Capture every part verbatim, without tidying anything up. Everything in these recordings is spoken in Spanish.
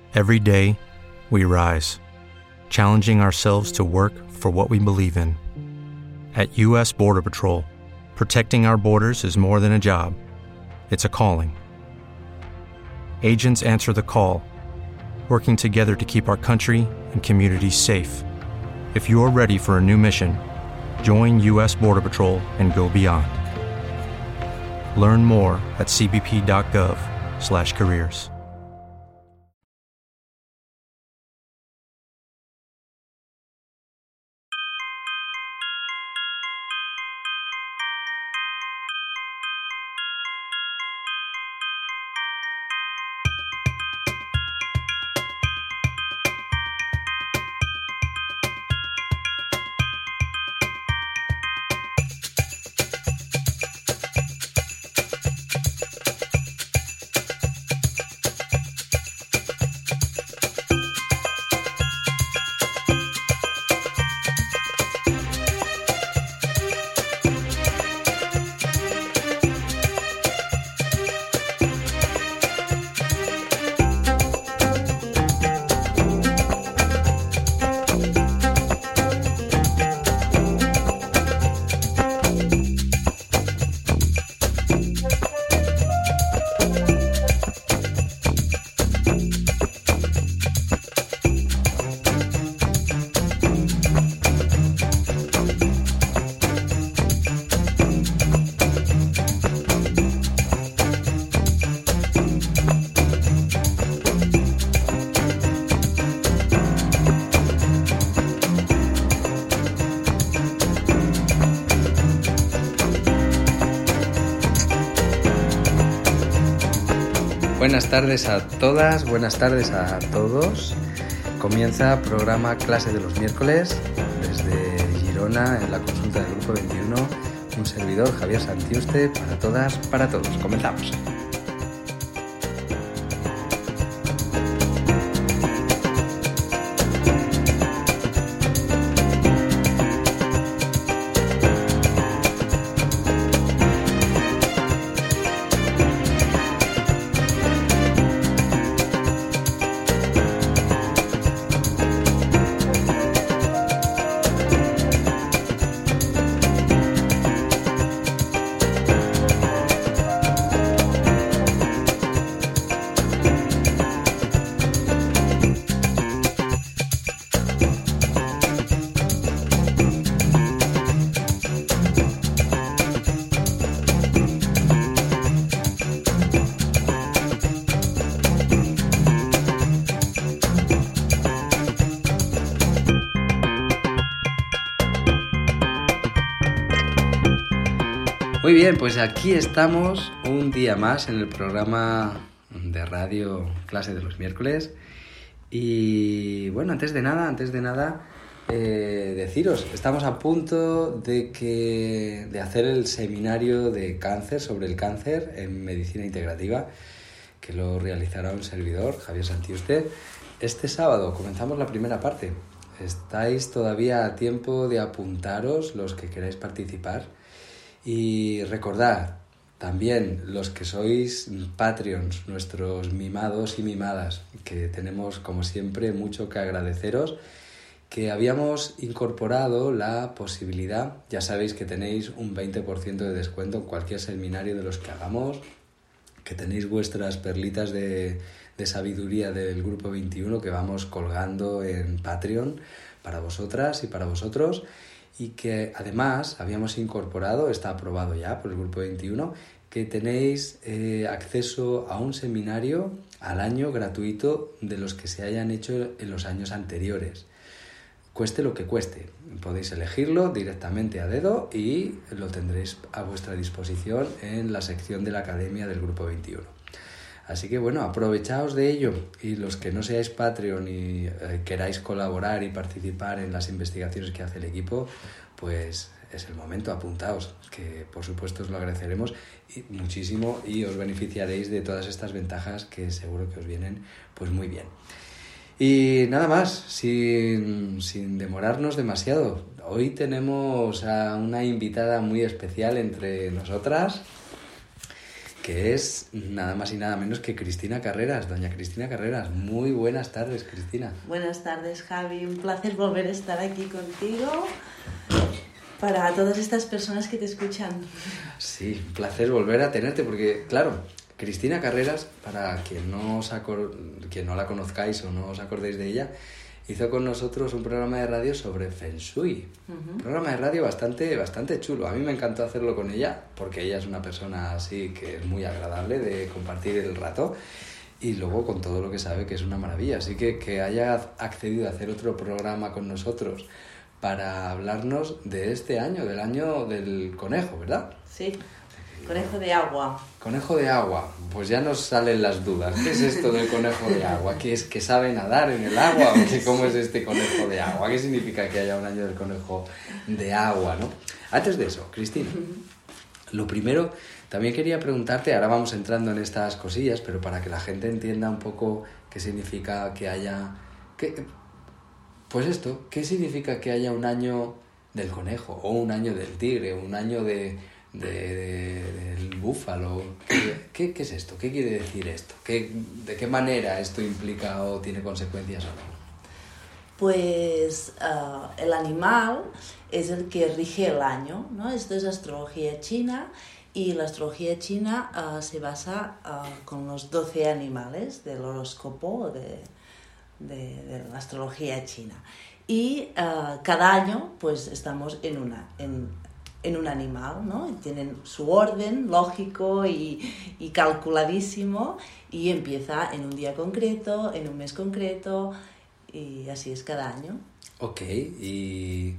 Every day, we rise, challenging ourselves to work for what we believe in. At U S Border Patrol, protecting our borders is more than a job. It's a calling. Agents answer the call, working together to keep our country and communities safe. If you're ready for a new mission, join U S Border Patrol and go beyond. Learn more at c b p dot gov slash careers. Buenas tardes a todas, buenas tardes a todos. Comienza programa Clase de los Miércoles desde Girona en la consulta del Grupo veintiuno. Un servidor, Javier Santiuste, para todas, para todos. Comenzamos. Muy bien, pues aquí estamos un día más en el programa de radio Clase de los Miércoles. Y bueno, antes de nada, antes de nada, eh, deciros, estamos a punto de, que, de hacer el seminario de cáncer, sobre el cáncer en medicina integrativa, que lo realizará un servidor, Javier Santiuste. Este sábado comenzamos la primera parte. Estáis todavía a tiempo de apuntaros los que queráis participar. Y recordad, también los que sois Patreons, nuestros mimados y mimadas, que tenemos como siempre mucho que agradeceros, que habíamos incorporado la posibilidad, ya sabéis que tenéis un veinte por ciento de descuento en cualquier seminario de los que hagamos, que tenéis vuestras perlitas de, de sabiduría del Grupo veintiuno que vamos colgando en Patreon para vosotras y para vosotros. Y que además habíamos incorporado, está aprobado ya por el Grupo veintiuno, que tenéis eh, acceso a un seminario al año gratuito de los que se hayan hecho en los años anteriores. Cueste lo que cueste, podéis elegirlo directamente a dedo y lo tendréis a vuestra disposición en la sección de la Academia del Grupo veintiuno. Así que bueno, aprovechaos de ello, y los que no seáis Patreon y eh, queráis colaborar y participar en las investigaciones que hace el equipo, pues es el momento, apuntaos, que por supuesto os lo agradeceremos y muchísimo y os beneficiaréis de todas estas ventajas que seguro que os vienen pues muy bien. Y nada más, sin, sin demorarnos demasiado, hoy tenemos a una invitada muy especial entre nosotras, que es nada más y nada menos que Cristina Carreras, doña Cristina Carreras. Muy buenas tardes, Cristina. Buenas tardes, Javi. Un placer volver a estar aquí contigo para todas estas personas que te escuchan. Sí, un placer volver a tenerte porque, claro, Cristina Carreras, para quien no, os acor- quien no la conozcáis o no os acordéis de ella, hizo con nosotros un programa de radio sobre Feng Shui. Uh-huh. Un programa de radio bastante, bastante chulo. A mí me encantó hacerlo con ella, porque ella es una persona así que es muy agradable de compartir el rato, y luego con todo lo que sabe, que es una maravilla. Así que que haya accedido a hacer otro programa con nosotros para hablarnos de este año, del año del conejo, ¿verdad? Sí. Conejo de agua. Conejo de agua. Pues ya nos salen las dudas. ¿Qué es esto del conejo de agua? ¿Qué es que sabe nadar en el agua? ¿O qué, cómo es este conejo de agua? ¿Qué significa que haya un año del conejo de agua, no? Antes de eso, Cristina, lo primero, también quería preguntarte, ahora vamos entrando en estas cosillas, pero para que la gente entienda un poco qué significa que haya... Qué, pues esto, ¿qué significa que haya un año del conejo? O un año del tigre, o un año de... De, de, del búfalo. ¿Qué, qué, ¿Qué es esto? ¿Qué quiere decir esto? ¿Qué, ¿De qué manera esto implica o tiene consecuencias o no? Pues uh, el animal es el que rige el año, ¿no? Esto es astrología china y la astrología china uh, se basa uh, con los doce animales del horóscopo de, de, de la astrología china. Y uh, cada año pues estamos en una... En, en un animal, ¿no? Tienen su orden lógico y, y calculadísimo y empieza en un día concreto, en un mes concreto y así es cada año. Ok, y,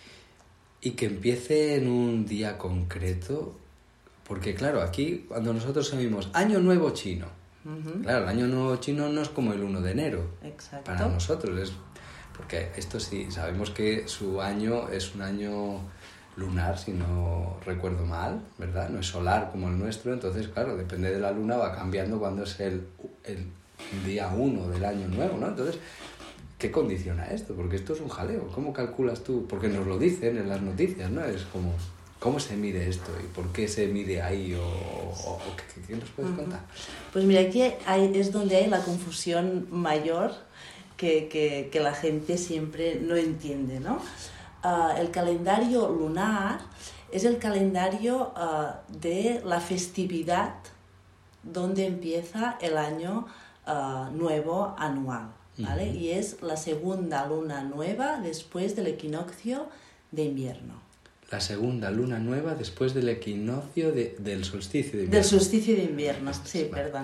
y que empiece en un día concreto, porque claro, aquí cuando nosotros oímos Año Nuevo Chino, uh-huh. Claro, el Año Nuevo Chino no es como el uno de enero. Exacto. Para nosotros, es porque esto sí, sabemos que su año es un año lunar, si no recuerdo mal, ¿verdad? No es solar como el nuestro, entonces, claro, depende de la luna, va cambiando cuando es el, el día uno del año nuevo, ¿no? Entonces, ¿qué condiciona esto? Porque esto es un jaleo. ¿Cómo calculas tú? Porque nos lo dicen en las noticias, ¿no? Es como, ¿cómo se mide esto? ¿Y por qué se mide ahí? ¿O, o, o qué, qué nos puedes contar? Pues mira, aquí hay, es donde hay la confusión mayor que, que, que la gente siempre no entiende, ¿no? Uh, el calendario lunar es el calendario uh, de la festividad donde empieza el año uh, nuevo anual, ¿vale? Uh-huh. Y es la segunda luna nueva después del equinoccio de invierno. La segunda luna nueva después del equinoccio de, del solsticio de invierno. Del solsticio de invierno, sí, vale. Perdón.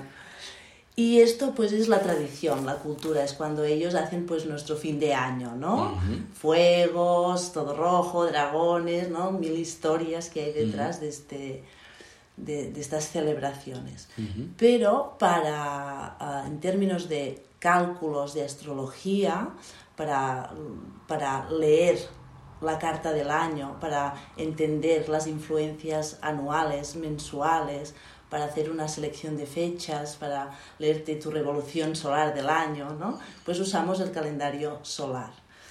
Y esto pues es la tradición, la cultura, es cuando ellos hacen pues nuestro fin de año, ¿no? Uh-huh. Fuegos, todo rojo, dragones, ¿no? Mil historias que hay detrás uh-huh. de, este, de, de estas celebraciones. Uh-huh. Pero para, uh, en términos de cálculos de astrología, para, para leer la carta del año, para entender las influencias anuales, mensuales, para hacer una selección de fechas, para leerte tu revolución solar del año, ¿no? Pues usamos el calendario solar.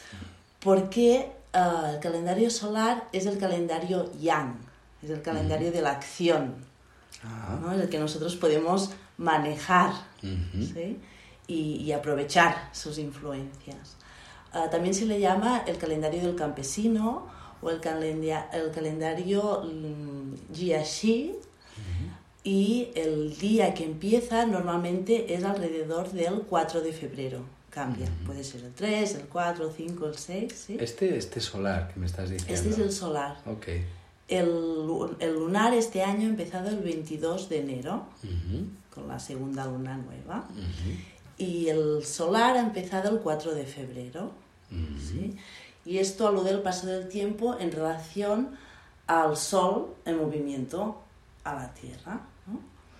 Porque uh, el calendario solar es el calendario yang, es el calendario uh-huh. de la acción, uh-huh. ¿no? Es el que nosotros podemos manejar, uh-huh. ¿sí? y, y aprovechar sus influencias. Uh, también se le llama el calendario del campesino o el, calenda- el calendario um, Jiaxi, y el día que empieza normalmente es alrededor del cuatro de febrero. Cambia, uh-huh. puede ser el tres, el cuatro, el cinco, el seis, ¿sí? Este, este solar que me estás diciendo. Este es el solar. Okay. El, el lunar este año ha empezado el veintidós de enero, uh-huh. con la segunda luna nueva. Uh-huh. Y el solar ha empezado el cuatro de febrero, uh-huh. ¿sí? Y esto alude al paso del tiempo en relación al Sol en movimiento a la Tierra, ¿no?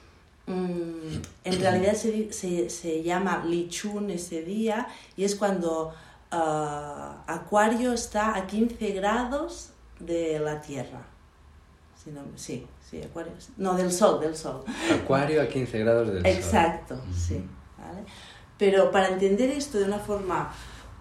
Mm, en realidad se, se, se llama Lichun ese día y es cuando uh, Acuario está a quince grados de la Tierra. Si no, sí, sí, Acuario. No, del Sol, del Sol. Acuario a quince grados del Exacto, Sol. Exacto, sí. ¿Vale? Pero para entender esto de una forma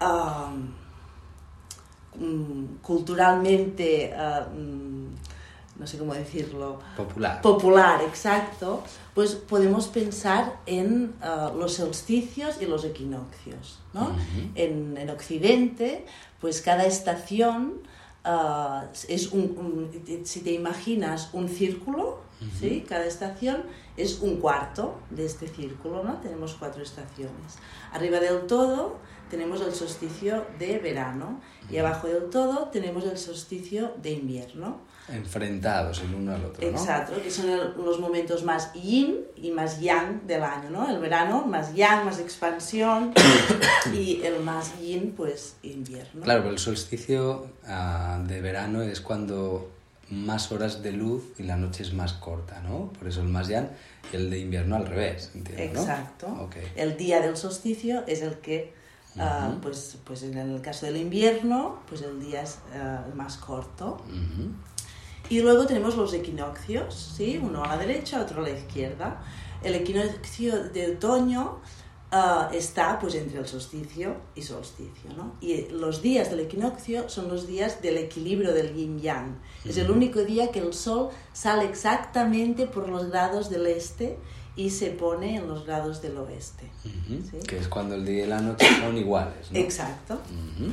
um, culturalmente uh, um, no sé cómo decirlo, popular, popular, exacto, pues podemos pensar en uh, los solsticios y los equinoccios, ¿no? Uh-huh. En, en Occidente, pues cada estación uh, es un, un, si te imaginas un círculo, uh-huh. ¿sí? Cada estación es un cuarto de este círculo, ¿no? Tenemos cuatro estaciones. Arriba del todo tenemos el solsticio de verano y abajo del todo tenemos el solsticio de invierno. Enfrentados el uno al otro, ¿no? Exacto, que son el, los momentos más yin y más yang del año, ¿no? El verano, más yang, más expansión, y el más yin, pues, invierno. Claro, pero el solsticio uh, de verano es cuando más horas de luz y la noche es más corta, ¿no? Por eso el más yang, y el de invierno al revés, entiendo, ¿no? Exacto. Okay. El día del solsticio es el que, uh, uh-huh. pues, pues en el caso del invierno, pues el día es uh, más corto. Uh-huh. Y luego tenemos los equinoccios, ¿sí? Uno a la derecha, otro a la izquierda. El equinoccio de otoño uh, está pues entre el solsticio y solsticio, ¿no? Y los días del equinoccio son los días del equilibrio del yin-yang. Uh-huh. Es el único día que el sol sale exactamente por los grados del este y se pone en los grados del oeste. Uh-huh. ¿Sí? Que es cuando el día y la noche son iguales, ¿no? Exacto. Uh-huh.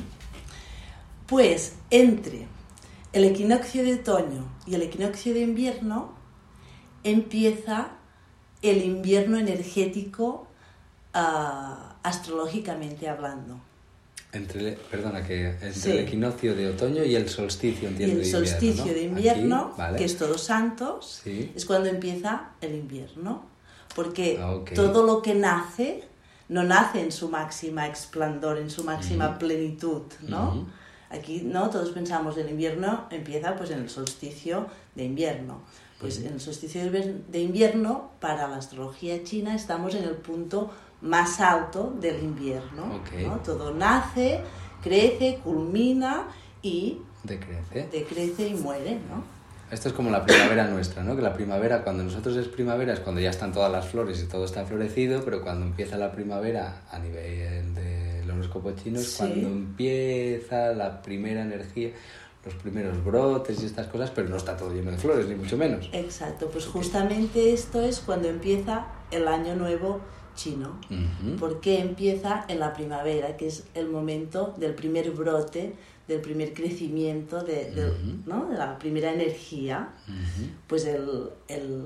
Pues entre el equinoccio de otoño y el equinoccio de invierno empieza el invierno energético uh, astrológicamente hablando. Entre, perdona, que entre sí. el equinoccio de otoño y el solsticio, entiendo, y el solsticio de invierno, ¿no? de invierno Aquí, vale. que es Todos Santos, sí. es cuando empieza el invierno. Porque ah, okay. todo lo que nace, no nace en su máxima esplendor, en su máxima uh-huh. plenitud, ¿no? Uh-huh. Aquí, ¿no? Todos pensamos el invierno empieza pues en el solsticio de invierno. Pues uh-huh. en el solsticio de invierno, para la astrología china, estamos en el punto más alto del invierno. Okay. ¿no? Todo nace, crece, culmina y decrece. decrece y muere, ¿no? Esto es como la primavera nuestra, ¿no? Que la primavera, cuando nosotros es primavera, es cuando ya están todas las flores y todo está florecido, pero cuando empieza la primavera a nivel del horóscopo chino es sí. cuando empieza la primera energía, los primeros brotes y estas cosas, pero no está todo lleno de flores, ni mucho menos. Exacto, pues justamente esto es cuando empieza el año nuevo chino, uh-huh. porque empieza en la primavera, que es el momento del primer brote, del primer crecimiento, de, de, uh-huh. ¿no? de la primera energía. Uh-huh. Pues el, el,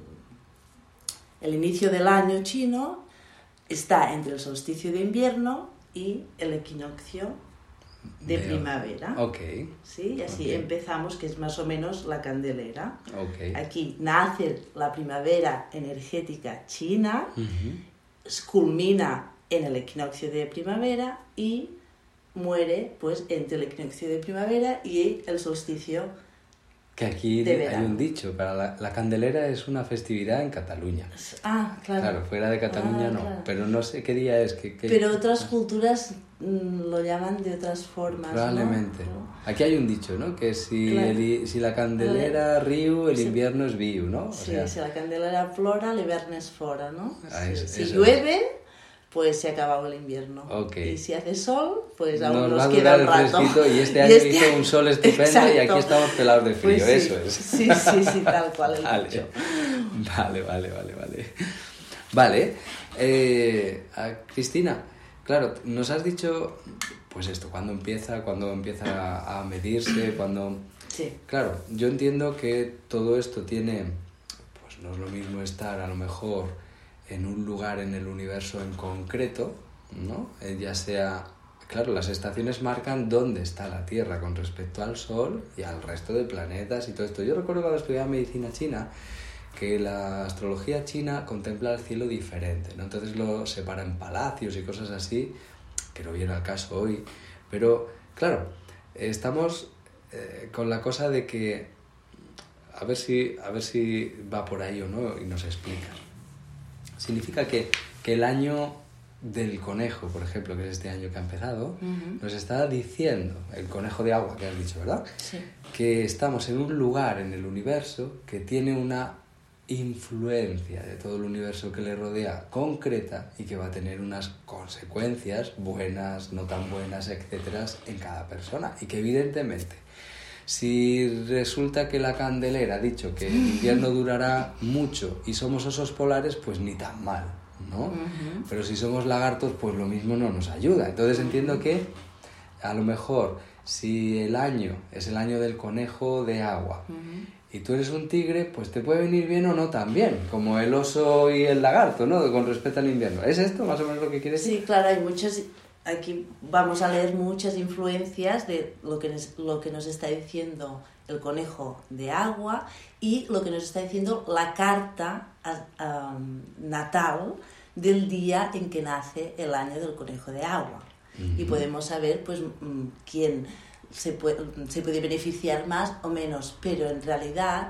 el inicio del año chino está entre el solsticio de invierno y el equinoccio de Veo. primavera. Okay. ¿Sí? Y así okay. empezamos, que es más o menos la candelera. Okay. Aquí nace la primavera energética china, uh-huh. culmina en el equinoccio de primavera y muere pues entre el equinoccio de primavera y el solsticio que aquí de hay un dicho, para la, la candelera es una festividad en Cataluña. Ah, claro. Claro, fuera de Cataluña ah, no, claro. pero no sé qué día es. Que, que, pero otras culturas mmm, lo llaman de otras formas, probablemente. ¿no? Aquí hay un dicho, ¿no? Que si, claro. el, si la candelera riu, el sí. invierno es viu, ¿no? O sí, sea, si la candelera flora, l'hivern es fora, ¿no? Ah, es, si eso llueve... es. pues se ha acabado el invierno. Okay. Y si hace sol, pues aún nos, nos va a queda durar un el rato. fresquito y este año y este... hizo un sol estupendo Exacto. y aquí estamos pelados de frío, pues sí. eso es. Sí, sí, sí, tal cual el vale. dicho. Vale, vale, vale, vale. Vale, eh, Cristina, claro, nos has dicho, pues esto, cuándo empieza, cuándo empieza a medirse, cuándo... Sí. Claro, yo entiendo que todo esto tiene, pues no es lo mismo estar a lo mejor en un lugar en el universo en concreto, ¿no? Eh, ya sea, claro, las estaciones marcan dónde está la Tierra con respecto al Sol y al resto de planetas y todo esto. Yo recuerdo cuando estudiaba medicina china que la astrología china contempla el cielo diferente, ¿no? Entonces lo separa en palacios y cosas así, que no viene al caso hoy. Pero, claro, estamos eh, con la cosa de que a ver si, a ver si va por ahí o no y nos explica. Significa que, que el año del conejo, por ejemplo, que es este año que ha empezado, uh-huh. nos está diciendo, el conejo de agua que has dicho, ¿verdad? Sí. Que estamos en un lugar en el universo que tiene una influencia de todo el universo que le rodea concreta y que va a tener unas consecuencias buenas, no tan buenas, etcétera, en cada persona. Y que evidentemente Si resulta que la candelera ha dicho que el invierno durará mucho y somos osos polares, pues ni tan mal, ¿no? Uh-huh. Pero si somos lagartos, pues lo mismo no nos ayuda. Entonces entiendo que a lo mejor si el año es el año del conejo de agua, uh-huh, y tú eres un tigre, pues te puede venir bien o no tan bien, como el oso y el lagarto, ¿no? Con respecto al invierno. ¿Es esto más o menos lo que quieres decir? Sí, claro, hay muchas... Aquí vamos a leer muchas influencias de lo que nos, lo que nos está diciendo el conejo de agua y lo que nos está diciendo la carta um, natal del día en que nace el año del conejo de agua. Uh-huh. Y podemos saber pues quién se puede, se puede beneficiar más o menos, pero en realidad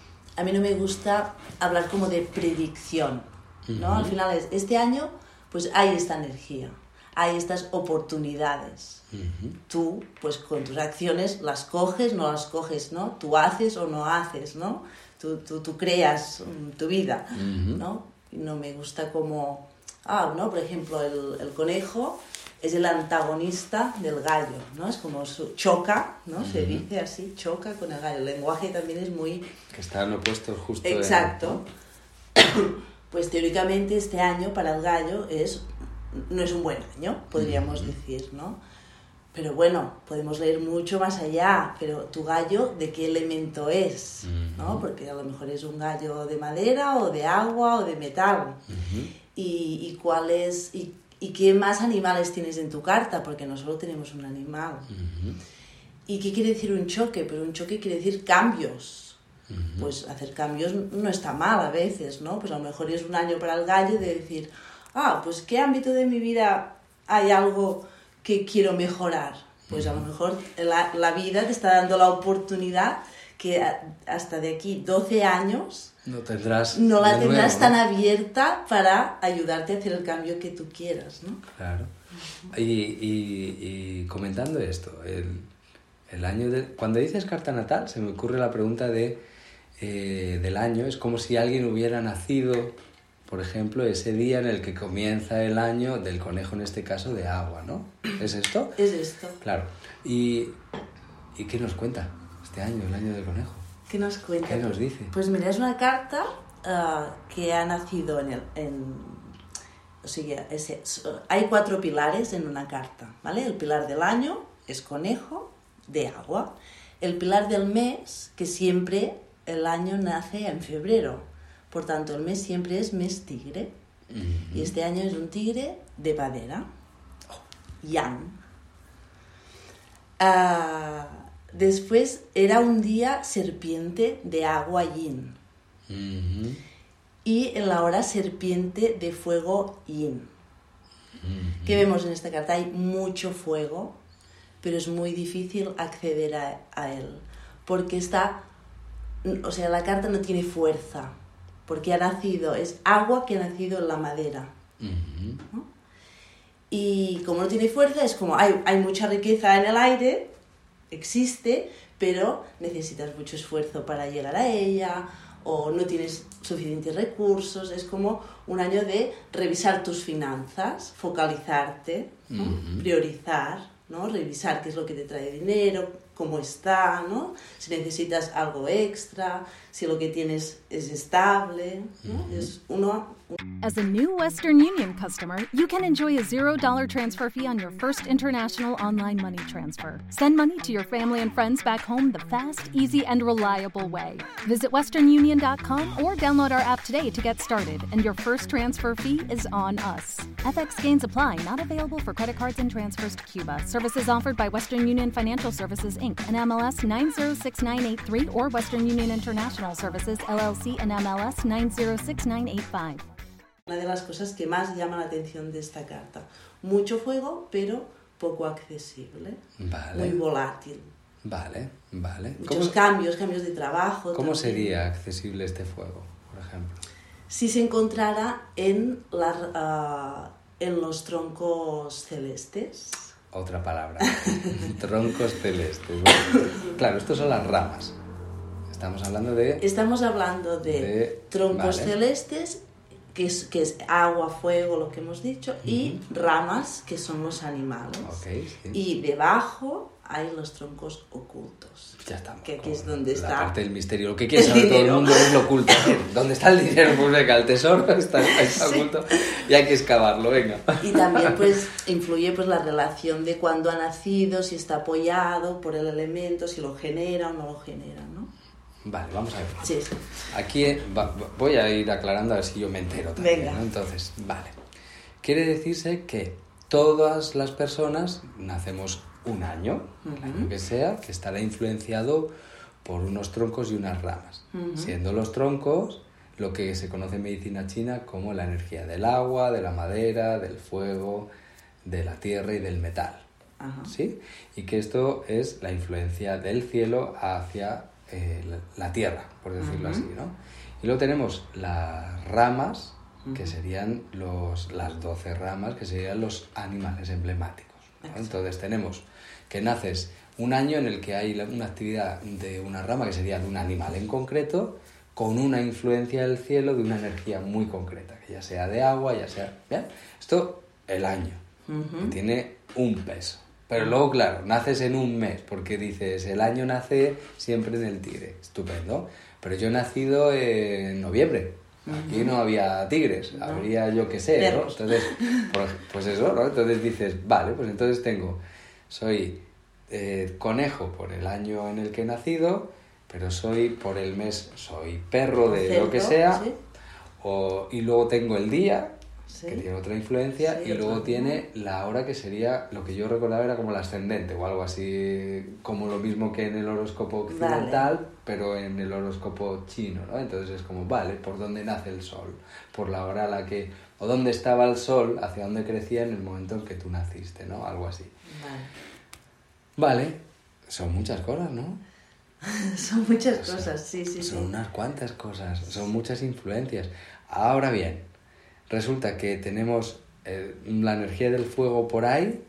a mí no me gusta hablar como de predicción, ¿no? Uh-huh. Al final es, este año pues hay esta energía, hay estas oportunidades. Uh-huh. Tú, pues con tus acciones las coges, no las coges, ¿no? Tú haces o no haces, ¿no? Tú, tú, tú creas um, tu vida, uh-huh, ¿no? Y no me gusta como... Ah, ¿no? Por ejemplo, el, el conejo es el antagonista del gallo, ¿no? Es como su, choca, ¿no? Uh-huh. Se dice así, choca con el gallo. El lenguaje también es muy... Que están opuestos justo... Exacto. En... Pues teóricamente este año para el gallo es... no es un buen año, podríamos uh-huh. decir, ¿no? Pero bueno, podemos leer mucho más allá, pero tu gallo, ¿de qué elemento es? Uh-huh. ¿No? Porque a lo mejor es un gallo de madera o de agua o de metal. Uh-huh. Y, y cuál es y, y qué más animales tienes en tu carta, porque no solo tenemos un animal. Uh-huh. ¿Y qué quiere decir un choque? Pero un choque quiere decir cambios. Uh-huh. Pues hacer cambios no está mal a veces, ¿no? Pues a lo mejor es un año para el gallo de decir... Ah, pues ¿qué ámbito de mi vida hay algo que quiero mejorar? Pues a lo mejor la, la vida te está dando la oportunidad que hasta de aquí doce años no, tendrás no la tendrás nuevo, tan ¿no? abierta para ayudarte a hacer el cambio que tú quieras, ¿no? Claro. Y, y, y comentando esto, el, el año de, cuando dices carta natal se me ocurre la pregunta de eh, del año. Es como si alguien hubiera nacido... Por ejemplo, ese día en el que comienza el año del conejo, en este caso, de agua, ¿no? ¿Es esto? Es esto. Claro. ¿Y, ¿y qué nos cuenta este año, el año del conejo? ¿Qué nos cuenta? ¿Qué nos dice? Pues mira, es una carta uh, que ha nacido en el... En, o sea, ese, hay cuatro pilares en una carta, ¿vale? El pilar del año es conejo de agua. El pilar del mes, que siempre el año nace en febrero. Por tanto, el mes siempre es mes tigre. Uh-huh. Y este año es un tigre de madera. Yang. Uh, después era un día serpiente de agua yin. Uh-huh. Y en la hora serpiente de fuego yin. Uh-huh. ¿Qué vemos en esta carta? Hay mucho fuego, pero es muy difícil acceder a, a él. Porque está... O sea, la carta no tiene fuerza. Porque ha nacido, es agua que ha nacido en la madera. Uh-huh. ¿No? Y como no tiene fuerza, es como hay, hay mucha riqueza en el aire, existe, pero necesitas mucho esfuerzo para llegar a ella, o no tienes suficientes recursos. Es como un año de revisar tus finanzas, focalizarte, ¿no? Uh-huh. Priorizar, ¿no? Revisar qué es lo que te trae dinero, cómo está, ¿no? Si necesitas algo extra, si lo que tienes es estable, ¿no? Mm-hmm. Es uno... As a new Western Union customer, you can enjoy a zero dollar transfer fee on your first international online money transfer. Send money to your family and friends back home the fast, easy, and reliable way. Visit western union dot com or download our app today to get started, and your first transfer fee is on us. F X gains apply, not available for credit cards and transfers to Cuba. Services offered by Western Union Financial Services, Incorporated and M L S nine zero six nine eight three or Western Union International Services, L L C and M L S nine zero six nine eight five. Una de las cosas que más llama la atención de esta carta. Mucho fuego, pero poco accesible. Vale. Muy volátil. Vale, vale. Muchos ¿Cómo, cambios, cambios de trabajo. ¿Cómo también. sería accesible este fuego, por ejemplo? Si se encontrara en, la, uh, en los troncos celestes. Otra palabra. Troncos celestes. Bueno, claro, estos son las ramas. Estamos hablando de... Estamos hablando de, de troncos vale. celestes, que es, que es agua, fuego, lo que hemos dicho, uh-huh. y ramas, que son los animales. Okay, sí. Y debajo hay los troncos ocultos. Ya estamos. Que aquí es donde la está. La parte del misterio. Lo que quiere saber todo el mundo es lo oculto. ¿Dónde está el dinero? Pues venga, el tesoro está, está sí. oculto y hay que excavarlo, venga. Y también pues influye pues la relación de cuándo ha nacido, si está apoyado por el elemento, si lo genera o no lo genera, ¿no? Vale, vamos a ver. Sí, sí. Aquí va, voy a ir aclarando a ver si yo me entero también, venga. ¿no? Entonces, vale. Quiere decirse que todas las personas nacemos un año, uh-huh. el año que sea, que estará influenciado por unos troncos y unas ramas, uh-huh. siendo los troncos lo que se conoce en medicina china como la energía del agua, de la madera, del fuego, de la tierra y del metal, uh-huh. ¿sí? Y que esto es la influencia del cielo hacia eh, la, la tierra, por decirlo uh-huh. así, ¿no? Y luego tenemos las ramas, uh-huh. que serían los, las doce ramas, que serían los animales emblemáticos. ¿no? Entonces tenemos que naces un año en el que hay una actividad de una rama que sería de un animal en concreto con una influencia del cielo de una energía muy concreta, que ya sea de agua, ya sea... ¿bien? Esto, el año, uh-huh. que tiene un peso. Pero luego, claro, naces en un mes, porque dices, el año nace siempre en el tigre, estupendo. Pero yo he nacido en noviembre. Aquí no había tigres, no. habría yo qué sé, ¿no? Entonces, pues eso, ¿no? Entonces dices, vale, pues entonces tengo, soy eh, conejo por el año en el que he nacido, pero soy por el mes, soy perro de Cerdo, lo que sea, ¿sí? o, y luego tengo el día, ¿sí? que tiene otra influencia, sí, y luego tiene la hora que sería, lo que yo recordaba era como el ascendente o algo así, como lo mismo que en el horóscopo occidental, vale. pero en el horóscopo chino, ¿no? Entonces es como, vale, ¿por dónde nace el sol? Por la hora a la que, o dónde estaba el sol, hacia dónde crecía en el momento en que tú naciste, ¿no? Algo así. Vale. Vale, son muchas cosas, ¿no? Son muchas o sea, cosas, sí, sí, son sí. Son unas cuantas cosas, son muchas influencias. Ahora bien, resulta que tenemos eh, la energía del fuego por ahí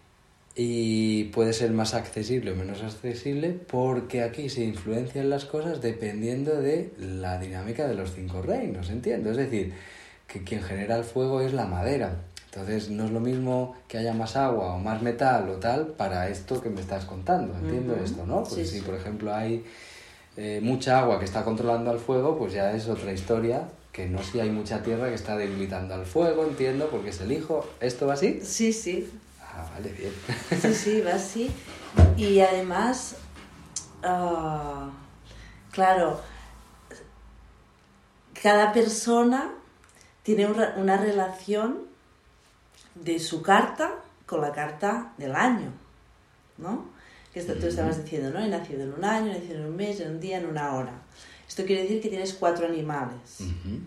y puede ser más accesible o menos accesible porque aquí se influencian las cosas dependiendo de la dinámica de los cinco reinos, ¿entiendes? Es decir, que quien genera el fuego es la madera. Entonces no es lo mismo que haya más agua o más metal o tal para esto que me estás contando, entiendo uh-huh. esto, ¿no? Porque sí, si sí. por ejemplo hay eh, mucha agua que está controlando al fuego, pues ya es otra historia, que no si hay mucha tierra que está debilitando al fuego, entiendo, porque es el hijo. ¿Esto va así? Sí, sí. Ah, vale, bien. Sí, sí, va así. Y además, uh, claro, cada persona tiene una relación de su carta con la carta del año, ¿no? Que esto, tú estabas diciendo, ¿no? He nacido en un año, he nacido en un mes, en un día, en una hora. Esto quiere decir que tienes cuatro animales. Uh-huh.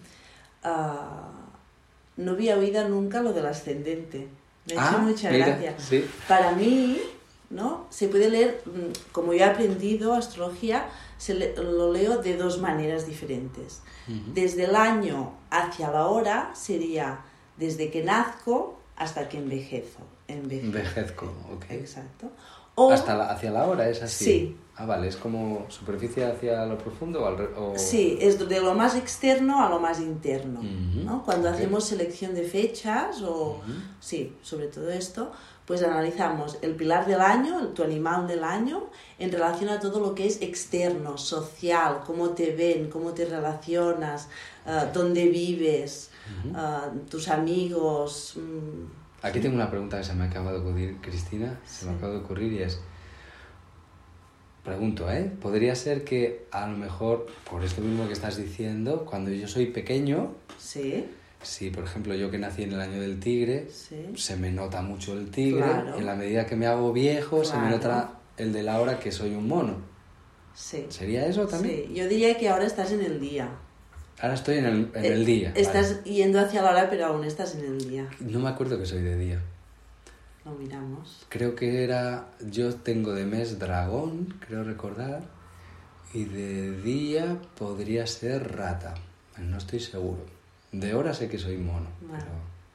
Uh, no había oído nunca lo del ascendente. Me ha hecho ah, mucha mira, gracia. Sí. Para mí, ¿no? Se puede leer, como yo he aprendido astrología, se le, lo leo de dos maneras diferentes. Uh-huh. Desde el año hacia la hora sería desde que nazco hasta que envejezo. Envejezo, envejezco, ok. Exacto. O, hasta la, hacia la hora, ¿es así? Sí. Ah, vale, ¿es como superficie hacia lo profundo o al re, o... Sí, es de lo más externo a lo más interno, uh-huh. ¿no? Cuando okay. hacemos selección de fechas o... Uh-huh. Sí, sobre todo esto, pues analizamos el pilar del año, el, tu animal del año, en relación a todo lo que es externo, social, cómo te ven, cómo te relacionas, uh, dónde vives, uh-huh. uh, tus amigos... Um, Aquí tengo una pregunta que se me acaba de ocurrir, Cristina, se sí. me acaba de ocurrir y es... Pregunto, ¿eh? ¿Podría ser que a lo mejor, por esto mismo que estás diciendo, cuando yo soy pequeño... Sí. Si, por ejemplo, yo que nací en el año del tigre, sí. se me nota mucho el tigre. Claro. Y en la medida que me hago viejo, claro. se me nota el de la hora que soy un mono. Sí. ¿Sería eso también? Sí, yo diría que ahora estás en el día. Ahora estoy en el, en el día. Estás vale. yendo hacia la hora, pero aún estás en el día. No me acuerdo que soy de día. Lo miramos. Creo que era... Yo tengo de mes dragón, creo recordar. Y de día podría ser rata. No estoy seguro. De hora sé que soy mono. Bueno.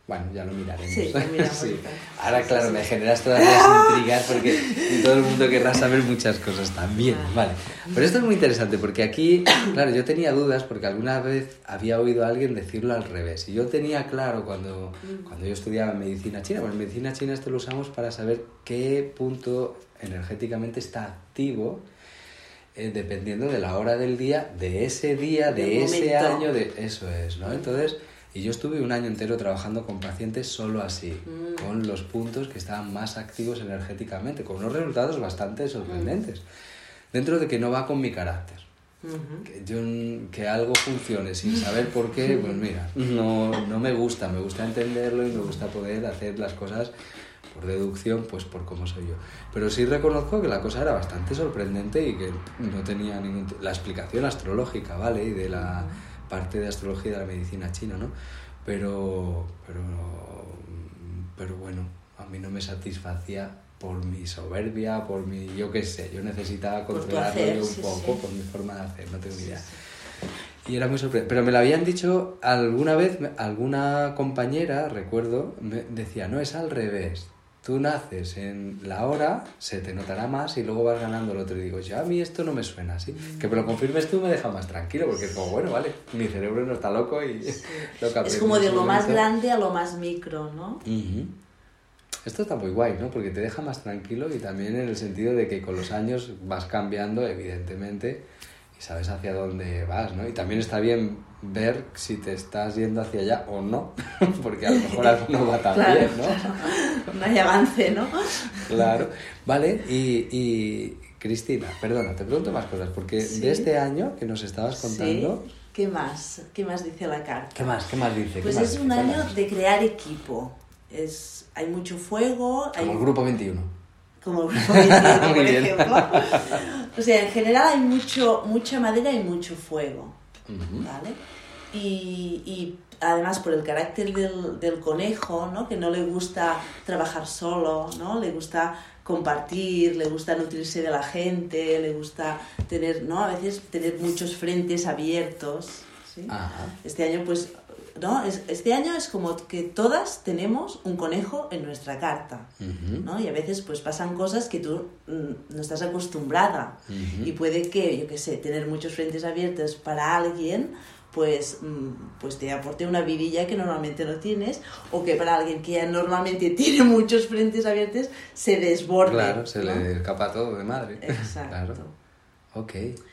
Bueno, ya lo miraremos. Sí, lo miramos. Sí. Ahora, claro, me generas todas las intrigas porque todo el mundo querrá saber muchas cosas también, vale. Pero esto es muy interesante porque aquí, claro, yo tenía dudas porque alguna vez había oído a alguien decirlo al revés. Y yo tenía claro cuando, cuando yo estudiaba medicina china, bueno, en medicina china esto lo usamos para saber qué punto energéticamente está activo eh, dependiendo de la hora del día, de ese día, de Del ese momento. año, de eso es, ¿no? Entonces... Y yo estuve un año entero trabajando con pacientes solo así, mm. con los puntos que estaban más activos energéticamente, con unos resultados bastante sorprendentes. Mm. Dentro de que no va con mi carácter. Uh-huh. Que, yo, que algo funcione sin saber por qué, pues mira, no, no me gusta, me gusta entenderlo y me gusta poder hacer las cosas por deducción, pues por cómo soy yo. Pero sí reconozco que la cosa era bastante sorprendente y que no tenía ningún... La explicación astrológica, ¿vale? Y de la... parte de astrología de la medicina china, ¿no? Pero, pero, pero bueno, a mí no me satisfacía por mi soberbia, por mi, yo qué sé, yo necesitaba controlarlo yo un sí, poco sí. por mi forma de hacer, no tengo ni idea. Sí, sí. Y era muy sorprendente. Pero me lo habían dicho alguna vez, alguna compañera, recuerdo, me decía, no, es al revés. Tú naces en la hora, se te notará más y luego vas ganando el otro. Y digo, ya a mí esto no me suena así. Que me lo confirmes tú me deja más tranquilo, porque es como, bueno, vale, mi cerebro no está loco y sí. lo que es como de lo más grande a lo más micro, ¿no? Uh-huh. Esto está muy guay, ¿no? Porque te deja más tranquilo y también en el sentido de que con los años vas cambiando, evidentemente, y sabes hacia dónde vas, ¿no? Y también está bien ver si te estás yendo hacia allá o no, porque a lo mejor algo no va tan claro, bien, ¿no? Claro. No hay avance, ¿no? Claro. Vale, y, y Cristina, perdona, te pregunto más cosas, porque ¿sí? de este año que nos estabas contando... Sí. ¿Qué más? ¿Qué más dice la carta? ¿Qué más? ¿Qué más dice? Pues más es dice? un año de crear equipo. Es, hay mucho fuego... Como hay... el Grupo veintiuno. Como el Grupo veintiuno, por ejemplo. O sea, en general hay mucho, mucha madera y mucho fuego, uh-huh. ¿vale? Y, y además por el carácter del, del conejo, ¿no? Que no le gusta trabajar solo, ¿no? Le gusta compartir, le gusta nutrirse de la gente, le gusta tener, ¿no? A veces tener muchos frentes abiertos, ¿sí? Ajá. Este año, pues, ¿no? Es, este año es como que todas tenemos un conejo en nuestra carta, uh-huh. ¿no? Y a veces pues pasan cosas que tú mm, no estás acostumbrada uh-huh. y puede que, yo qué sé, tener muchos frentes abiertos para alguien pues, mm, pues te aporte una vidilla que normalmente no tienes, o que para alguien que ya normalmente tiene muchos frentes abiertos se desborde. Claro, se ¿no? le escapa todo de madre. Exacto. Claro. Ok.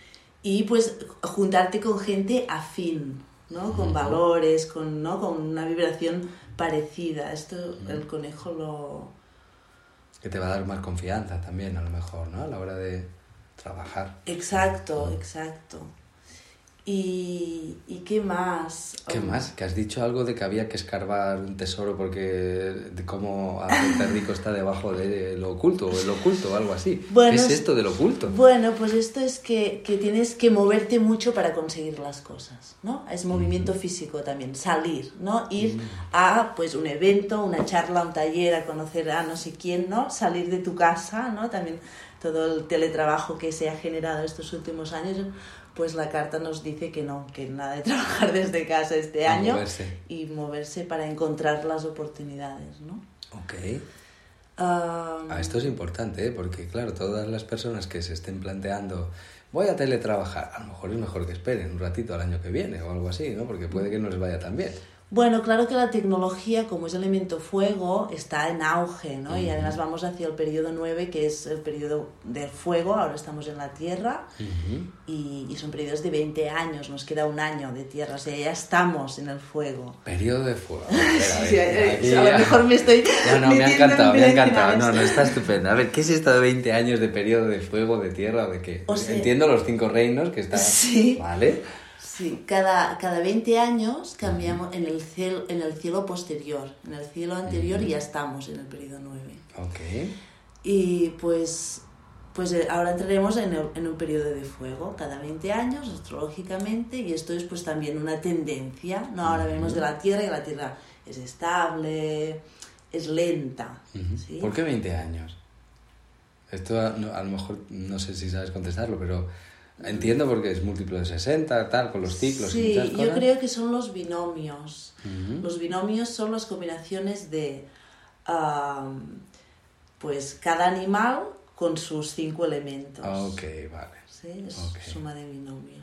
Y pues juntarte con gente afín, ¿no? Con uh-huh. valores, con, ¿no? con una vibración parecida. Esto uh-huh. el conejo lo... Que te va a dar más confianza también, a lo mejor, ¿no? A la hora de trabajar. Exacto, uh-huh. exacto. ¿Y, ¿Y qué más? ¿Qué oh. más? Que has dicho algo de que había que escarbar un tesoro porque de cómo hacerte rico está debajo de lo oculto, o el oculto o algo así. Bueno, ¿qué es esto del oculto? Bueno, pues esto es que, que tienes que moverte mucho para conseguir las cosas, ¿no? Es movimiento mm. físico también, salir, ¿no? Ir mm. a pues un evento, una charla, un taller, a conocer a no sé quién, ¿no? Salir de tu casa, ¿no? También todo el teletrabajo que se ha generado estos últimos años, pues la carta nos dice que no, que nada de trabajar desde casa este a año moverse. Y moverse para encontrar las oportunidades, ¿no? Ok. Um, ah, esto es importante, ¿eh? Porque claro, todas las personas que se estén planteando voy a teletrabajar, a lo mejor es mejor que esperen un ratito al año que viene o algo así, ¿no? Porque puede que no les vaya tan bien. Bueno, claro que la tecnología, como es elemento fuego, está en auge, ¿no? Uh-huh. Y además vamos hacia el periodo nueve, que es el periodo del fuego, ahora estamos en la Tierra, uh-huh. y, y son periodos de veinte años, nos queda un año de Tierra, o sea, ya estamos en el fuego. Periodo de fuego. Espera, sí, aquí, a lo mejor me estoy... No, no, me ha encantado, me ha encantado, no, no, está estupendo. A ver, ¿qué es esto de veinte años de periodo de fuego, de Tierra, o de qué? O sea, entiendo los cinco reinos que están... Sí. ¿Vale? Sí, cada, cada veinte años cambiamos uh-huh. en el cielo, en el cielo posterior. En el cielo anterior uh-huh. ya estamos en el periodo nueve. Okay. Y pues, pues ahora entraremos en, el, en un periodo de fuego, cada veinte años, astrológicamente, y esto es pues también una tendencia, ¿no? Ahora uh-huh. vemos de la Tierra, y la Tierra es estable, es lenta. Uh-huh. ¿Sí? ¿Por qué veinte años? Esto a, no, a lo mejor no sé si sabes contestarlo, pero... Entiendo porque es múltiplo de sesenta, tal, con los ciclos sí, y muchas cosas. Yo creo que son los binomios. Uh-huh. Los binomios son las combinaciones de uh, pues cada animal con sus cinco elementos. Ok, vale. Sí, es okay. suma de binomios.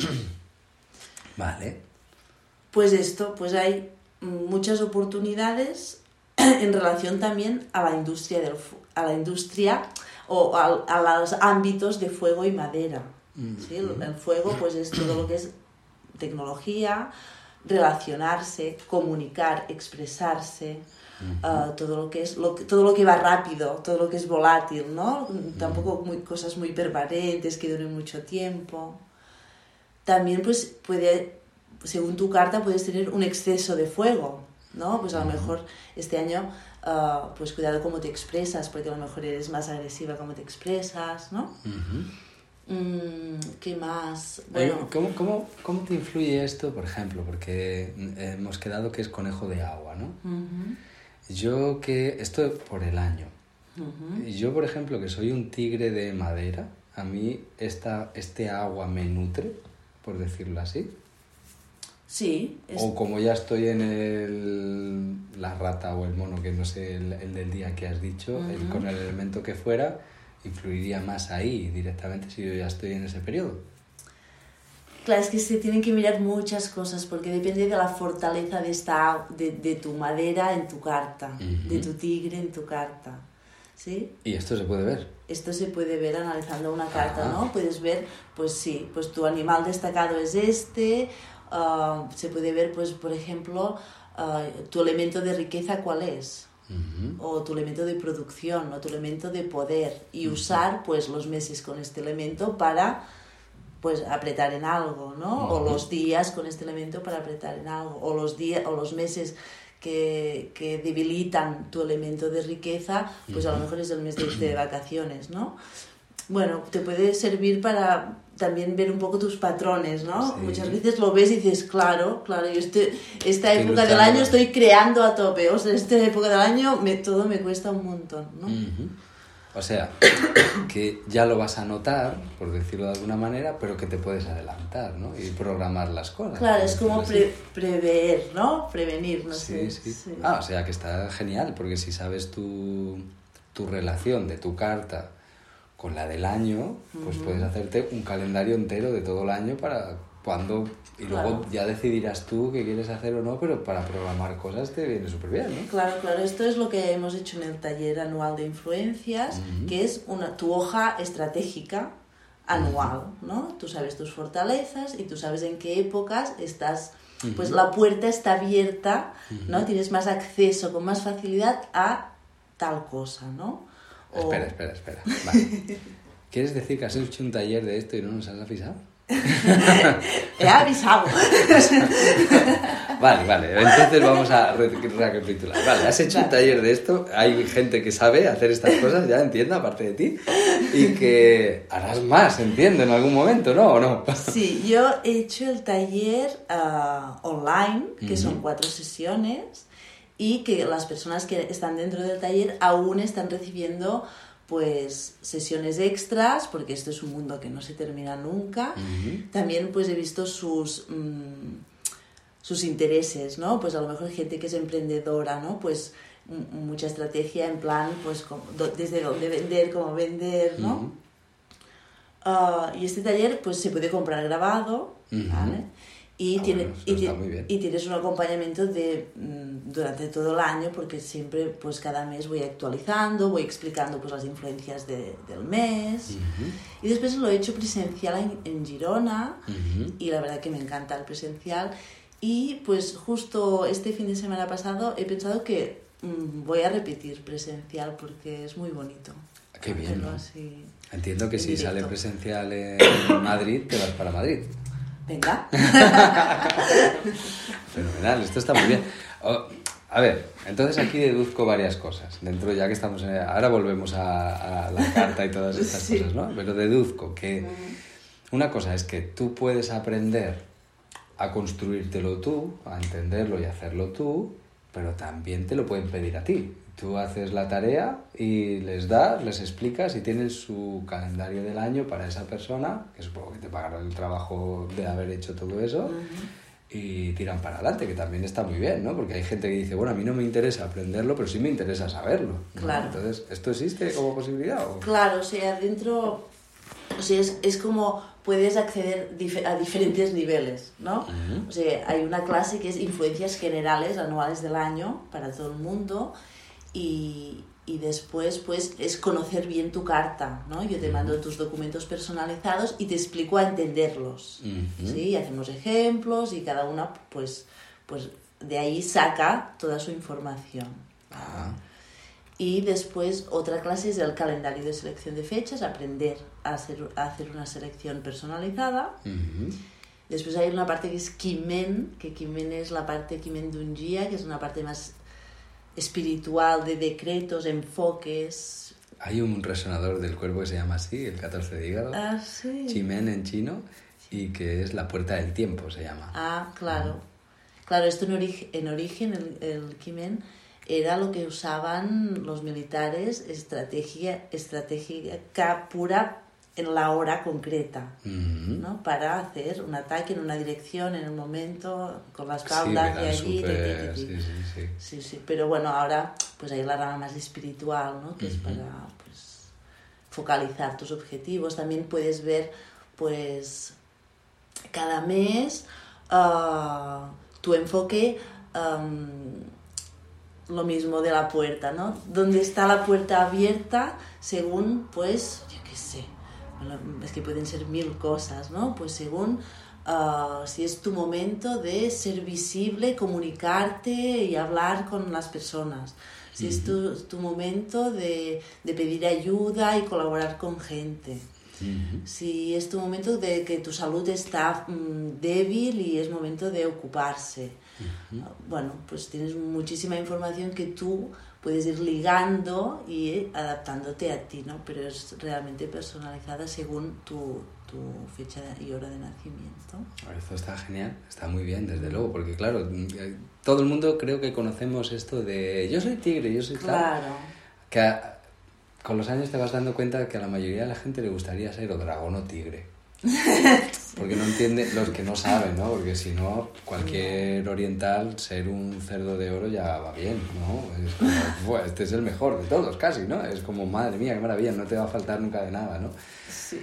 Vale. Pues esto, pues hay muchas oportunidades en relación también a la industria del a la industria o a, a los ámbitos de fuego y madera. ¿Sí? El, el fuego pues es todo lo que es tecnología, relacionarse, comunicar, expresarse, uh-huh. uh, todo lo que es lo que, todo lo que va rápido, todo lo que es volátil, ¿no? Uh-huh. Tampoco muy, cosas muy permanentes que duren mucho tiempo. También pues puede, según tu carta, puedes tener un exceso de fuego, ¿no? Pues a lo mejor este año uh, pues cuidado cómo te expresas, porque a lo mejor eres más agresiva cómo te expresas, ¿no? Uh-huh. ¿Qué más? Bueno, ¿Cómo, cómo, ¿Cómo te influye esto, por ejemplo? Porque hemos quedado que es conejo de agua, ¿no? Uh-huh. Yo que... Esto por el año. Uh-huh. Yo, por ejemplo, que soy un tigre de madera, a mí esta, este agua me nutre, por decirlo así. Sí. Es... O como ya estoy en el, la rata o el mono, que no sé, el, el del día que has dicho, uh-huh. el, con el elemento que fuera... influiría más ahí directamente si yo ya estoy en ese periodo. Claro, es que se tienen que mirar muchas cosas porque depende de la fortaleza de, esta, de, de tu madera en tu carta, uh-huh. de tu tigre en tu carta, ¿sí? ¿Y esto se puede ver? Esto se puede ver analizando una carta, uh-huh. ¿no? Puedes ver, pues sí, pues tu animal destacado es este, uh, se puede ver, pues por ejemplo, uh, tu elemento de riqueza ¿cuál es? Uh-huh. O tu elemento de producción o tu elemento de poder y uh-huh. usar pues los meses con este elemento para pues apretar en algo, ¿no? Uh-huh. O los días con este elemento para apretar en algo, o los días o los meses que, que debilitan tu elemento de riqueza, pues uh-huh. a lo mejor es el mes de, de vacaciones, ¿no? Bueno, te puede servir para también ver un poco tus patrones, ¿no? Sí. Muchas veces lo ves y dices, claro, claro, yo estoy, esta estoy época luchando. del año estoy creando a tope, o sea, esta época del año me, todo me cuesta un montón, ¿no? Uh-huh. O sea, que ya lo vas a notar, por decirlo de alguna manera, pero que te puedes adelantar, ¿no? Y programar las cosas. Claro, es como pre- prever, ¿no? Prevenir, no sí, sé. Sí, sí. Ah, o sea, que está genial, porque si sabes tu, tu relación de tu carta con la del año, pues uh-huh. puedes hacerte un calendario entero de todo el año para cuando... Y claro. luego ya decidirás tú qué quieres hacer o no, pero para programar cosas te viene súper bien, ¿no? Claro, claro. Esto es lo que hemos hecho en el taller anual de influencias, uh-huh. que es una, tu hoja estratégica anual, uh-huh. ¿no? Tú sabes tus fortalezas y tú sabes en qué épocas estás... Uh-huh. Pues la puerta está abierta, uh-huh. ¿no? Tienes más acceso con más facilidad a tal cosa, ¿no? O... Espera, espera, espera. Vale. ¿Quieres decir que has hecho un taller de esto y no nos has avisado? He avisado. Vale, vale. Entonces vamos a recapitular. Vale, has hecho un taller de esto. Hay gente que sabe hacer estas cosas, ya entiendo, aparte de ti. Y que harás más, entiendo, en algún momento, ¿no? ¿O no? Sí, yo he hecho el taller uh, online, que uh-huh. son cuatro sesiones. Y que las personas que están dentro del taller aún están recibiendo pues sesiones extras, porque esto es un mundo que no se termina nunca. Uh-huh. También pues he visto sus, mmm, sus intereses, ¿no? Pues a lo mejor gente que es emprendedora, ¿no? Pues m- mucha estrategia en plan, pues como, do, desde dónde vender, cómo vender, ¿no? Uh-huh. Uh, y este taller pues se puede comprar grabado, uh-huh. ¿vale? Y, ah, tiene, bueno, y, ti- y tienes un acompañamiento de, mm, durante todo el año, porque siempre, pues cada mes voy actualizando, voy explicando pues, las influencias de, del mes. Uh-huh. Y después lo he hecho presencial en, en Girona, uh-huh. y la verdad que me encanta el presencial. Y pues justo este fin de semana pasado he pensado que mm, voy a repetir presencial porque es muy bonito. Qué bien, ¿no? Así, entiendo que si directo. Sale presencial en Madrid, te vas para Madrid. Venga. Fenomenal, esto está muy bien. Oh, a ver, entonces aquí deduzco varias cosas. Dentro, ya que estamos en... Ahora volvemos a, a la carta y todas estas sí. cosas, ¿no? Pero deduzco que una cosa es que tú puedes aprender a construírtelo tú, a entenderlo y hacerlo tú, pero también te lo pueden pedir a ti. Tú haces la tarea y les das, les explicas y tienen su calendario del año para esa persona, que supongo que te pagarán el trabajo de haber hecho todo eso, uh-huh. y tiran para adelante, que también está muy bien, ¿no? Porque hay gente que dice, bueno, a mí no me interesa aprenderlo, pero sí me interesa saberlo, ¿no? Claro. Entonces, ¿esto existe como posibilidad? ¿O? Claro, o sea, dentro... O sea, es, es como puedes acceder dif- a diferentes niveles, ¿no? Uh-huh. O sea, hay una clase que es influencias generales anuales del año para todo el mundo y, y después pues es conocer bien tu carta, ¿no? Yo te mando tus documentos personalizados y te explico a entenderlos, uh-huh. ¿sí? Y hacemos ejemplos y cada una pues, pues de ahí saca toda su información. Uh-huh. Y después otra clase es el calendario de selección de fechas, aprender a hacer, a hacer una selección personalizada. Uh-huh. Después hay una parte que es Quimen, que Quimen es la parte Quimen Dungia, que es una parte más espiritual de decretos, enfoques. Hay un resonador del cuerpo que se llama así, el catorce de hígado, ah, sí. Qimen en chino, y que es la puerta del tiempo, se llama. Ah, claro. Uh-huh. Claro, esto en, ori- en origen, el, el Qimen, era lo que usaban los militares, estrategia, estratégica pura en la hora concreta, uh-huh. ¿no? Para hacer un ataque en una dirección, en un momento, con la espalda hacia sí, allí. super... de, de, de, de. Sí, sí, sí. sí, sí. Pero bueno, ahora pues hay la rama más espiritual, ¿no? Que uh-huh. es para pues, focalizar tus objetivos. También puedes ver, pues, cada mes uh, tu enfoque... Um, lo mismo de la puerta, ¿no? Donde está la puerta abierta según, pues, yo qué sé, es que pueden ser mil cosas, ¿no? Pues según uh, si es tu momento de ser visible, comunicarte y hablar con las personas. Si uh-huh. es tu, tu momento de, de pedir ayuda y colaborar con gente. Uh-huh. Si es tu momento de que tu salud está mm, débil y es momento de ocuparse. Uh-huh. Bueno, pues tienes muchísima información que tú puedes ir ligando y adaptándote a ti, ¿no? Pero es realmente personalizada según tu, tu fecha y hora de nacimiento. Esto está genial, está muy bien, desde luego, porque claro, todo el mundo creo que conocemos esto de yo soy tigre, yo soy tal. Claro. Que a, con los años te vas dando cuenta de que a la mayoría de la gente le gustaría ser o dragón o tigre. Porque no entiende, los que no saben, ¿no? Porque si no, cualquier oriental, ser un cerdo de oro ya va bien, ¿no? Es como, bueno, este es el mejor de todos, casi, ¿no? Es como, madre mía, qué maravilla, no te va a faltar nunca de nada, ¿no? Sí.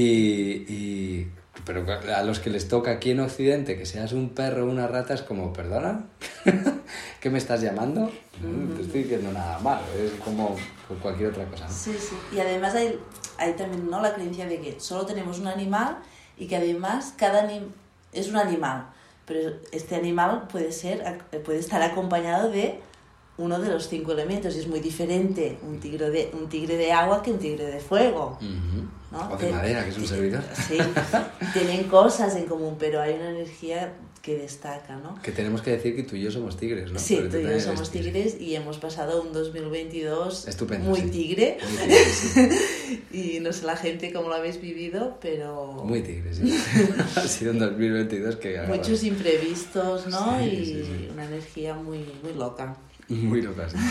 Y, y, pero a los que les toca aquí en Occidente que seas un perro o una rata es como, ¿perdona? ¿Qué me estás llamando? No, no te estoy diciendo nada malo, es como cualquier otra cosa, ¿no? Sí, sí. Y además hay, hay también, ¿no?, la creencia de que solo tenemos un animal y que además cada anim- es un animal, pero este animal puede ser, puede estar acompañado de uno de los cinco elementos y es muy diferente un tigre de, un tigre de agua que un tigre de fuego. Uh-huh. ¿No? O de Ten- madera, que es un servidor. Sí, tienen cosas en común, pero hay una energía que destaca, ¿no? Que tenemos que decir que tú y yo somos tigres, ¿no? Sí, Pero tú y yo somos tigre. tigres y hemos pasado un dos mil veintidós estupendo, muy sí. tigre. Muy tigre, sí. Y no sé la gente cómo lo habéis vivido, pero... Muy tigre, sí. Ha sido un dos mil veintidós que... agarra. Muchos imprevistos, ¿no? Sí, y sí, sí. una energía muy, muy loca. Muy loca, sí.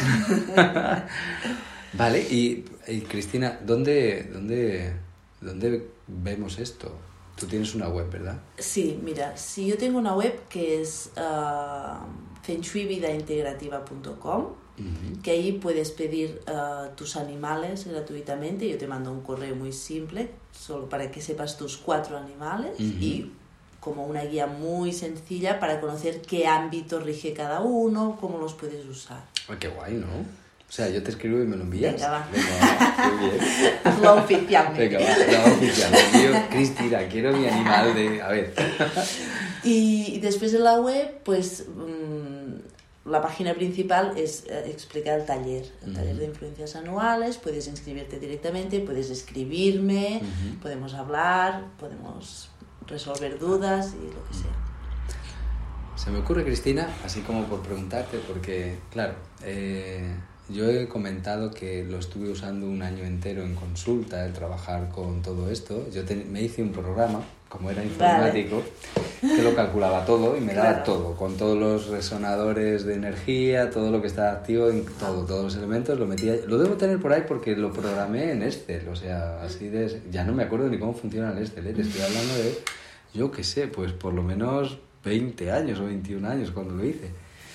Vale, y, y Cristina, ¿dónde, dónde, ¿dónde vemos esto? Tú tienes una web, ¿verdad? Sí, mira, si yo tengo una web que es uh, feng shui vida integrativa punto com, uh-huh. que ahí puedes pedir uh, tus animales gratuitamente. Yo te mando un correo muy simple, solo para que sepas tus cuatro animales, uh-huh. y como una guía muy sencilla para conocer qué ámbito rige cada uno, cómo los puedes usar. Ay, qué guay, ¿no? O sea, yo te escribo y me lo envías. Venga, va. Venga, va. Muy bien. Hazlo oficialmente. Venga, va, la oficial. Envío, Cristina, quiero mi animal de... A ver. Y después de la web, pues mmm, la página principal es eh, explicar el taller. El uh-huh. taller de influencias anuales. Puedes inscribirte directamente, puedes escribirme, uh-huh. podemos hablar, podemos resolver dudas y lo que sea. Se me ocurre, Cristina, así como por preguntarte, porque, claro, eh, yo he comentado que lo estuve usando un año entero en consulta, en trabajar con todo esto. Yo te, me hice un programa, como era informático, vale. que lo calculaba todo y me daba claro. todo, con todos los resonadores de energía, todo lo que estaba activo, en todo, todos los elementos, lo metía. Lo debo tener por ahí porque lo programé en Excel, o sea, así de... Ya no me acuerdo ni cómo funciona el Excel, ¿eh? Te estoy hablando de, yo qué sé, pues por lo menos veinte años o veintiún años cuando lo hice.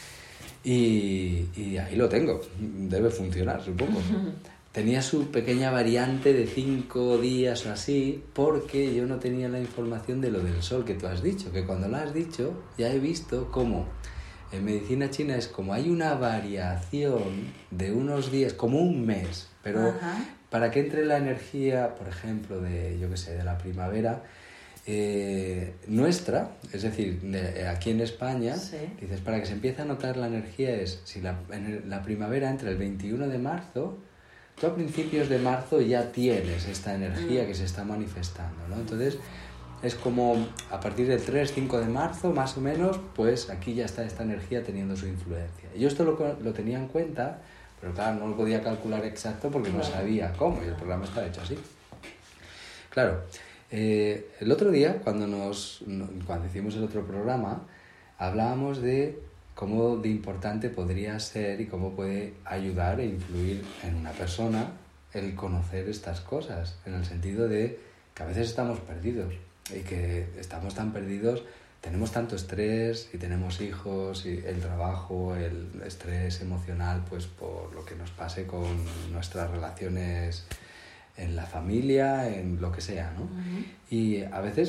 Y, y ahí lo tengo, debe funcionar, supongo. Tenía su pequeña variante de cinco días o así, porque yo no tenía la información de lo del sol que tú has dicho, que cuando lo has dicho ya he visto cómo en medicina china es como hay una variación de unos días, como un mes, pero Ajá. para que entre la energía, por ejemplo, de, yo qué sé, de la primavera, Eh, nuestra, es decir, de, aquí en España, sí. dices, para que se empiece a notar la energía es, si la, en el, la primavera entra el veintiuno de marzo, tú a principios de marzo ya tienes esta energía mm. que se está manifestando, ¿no? Entonces, es como a partir del tres, cinco de marzo, más o menos, pues aquí ya está esta energía teniendo su influencia. Yo esto lo, lo tenía en cuenta, pero claro, no lo podía calcular exacto porque no sabía cómo, y el programa está hecho así. Claro. Eh, el otro día, cuando, nos, cuando hicimos el otro programa, hablábamos de cómo de importante podría ser y cómo puede ayudar e influir en una persona el conocer estas cosas, en el sentido de que a veces estamos perdidos y que estamos tan perdidos, tenemos tanto estrés y tenemos hijos y el trabajo, el estrés emocional, pues por lo que nos pase con nuestras relaciones en la familia, en lo que sea, ¿no? Uh-huh. Y a veces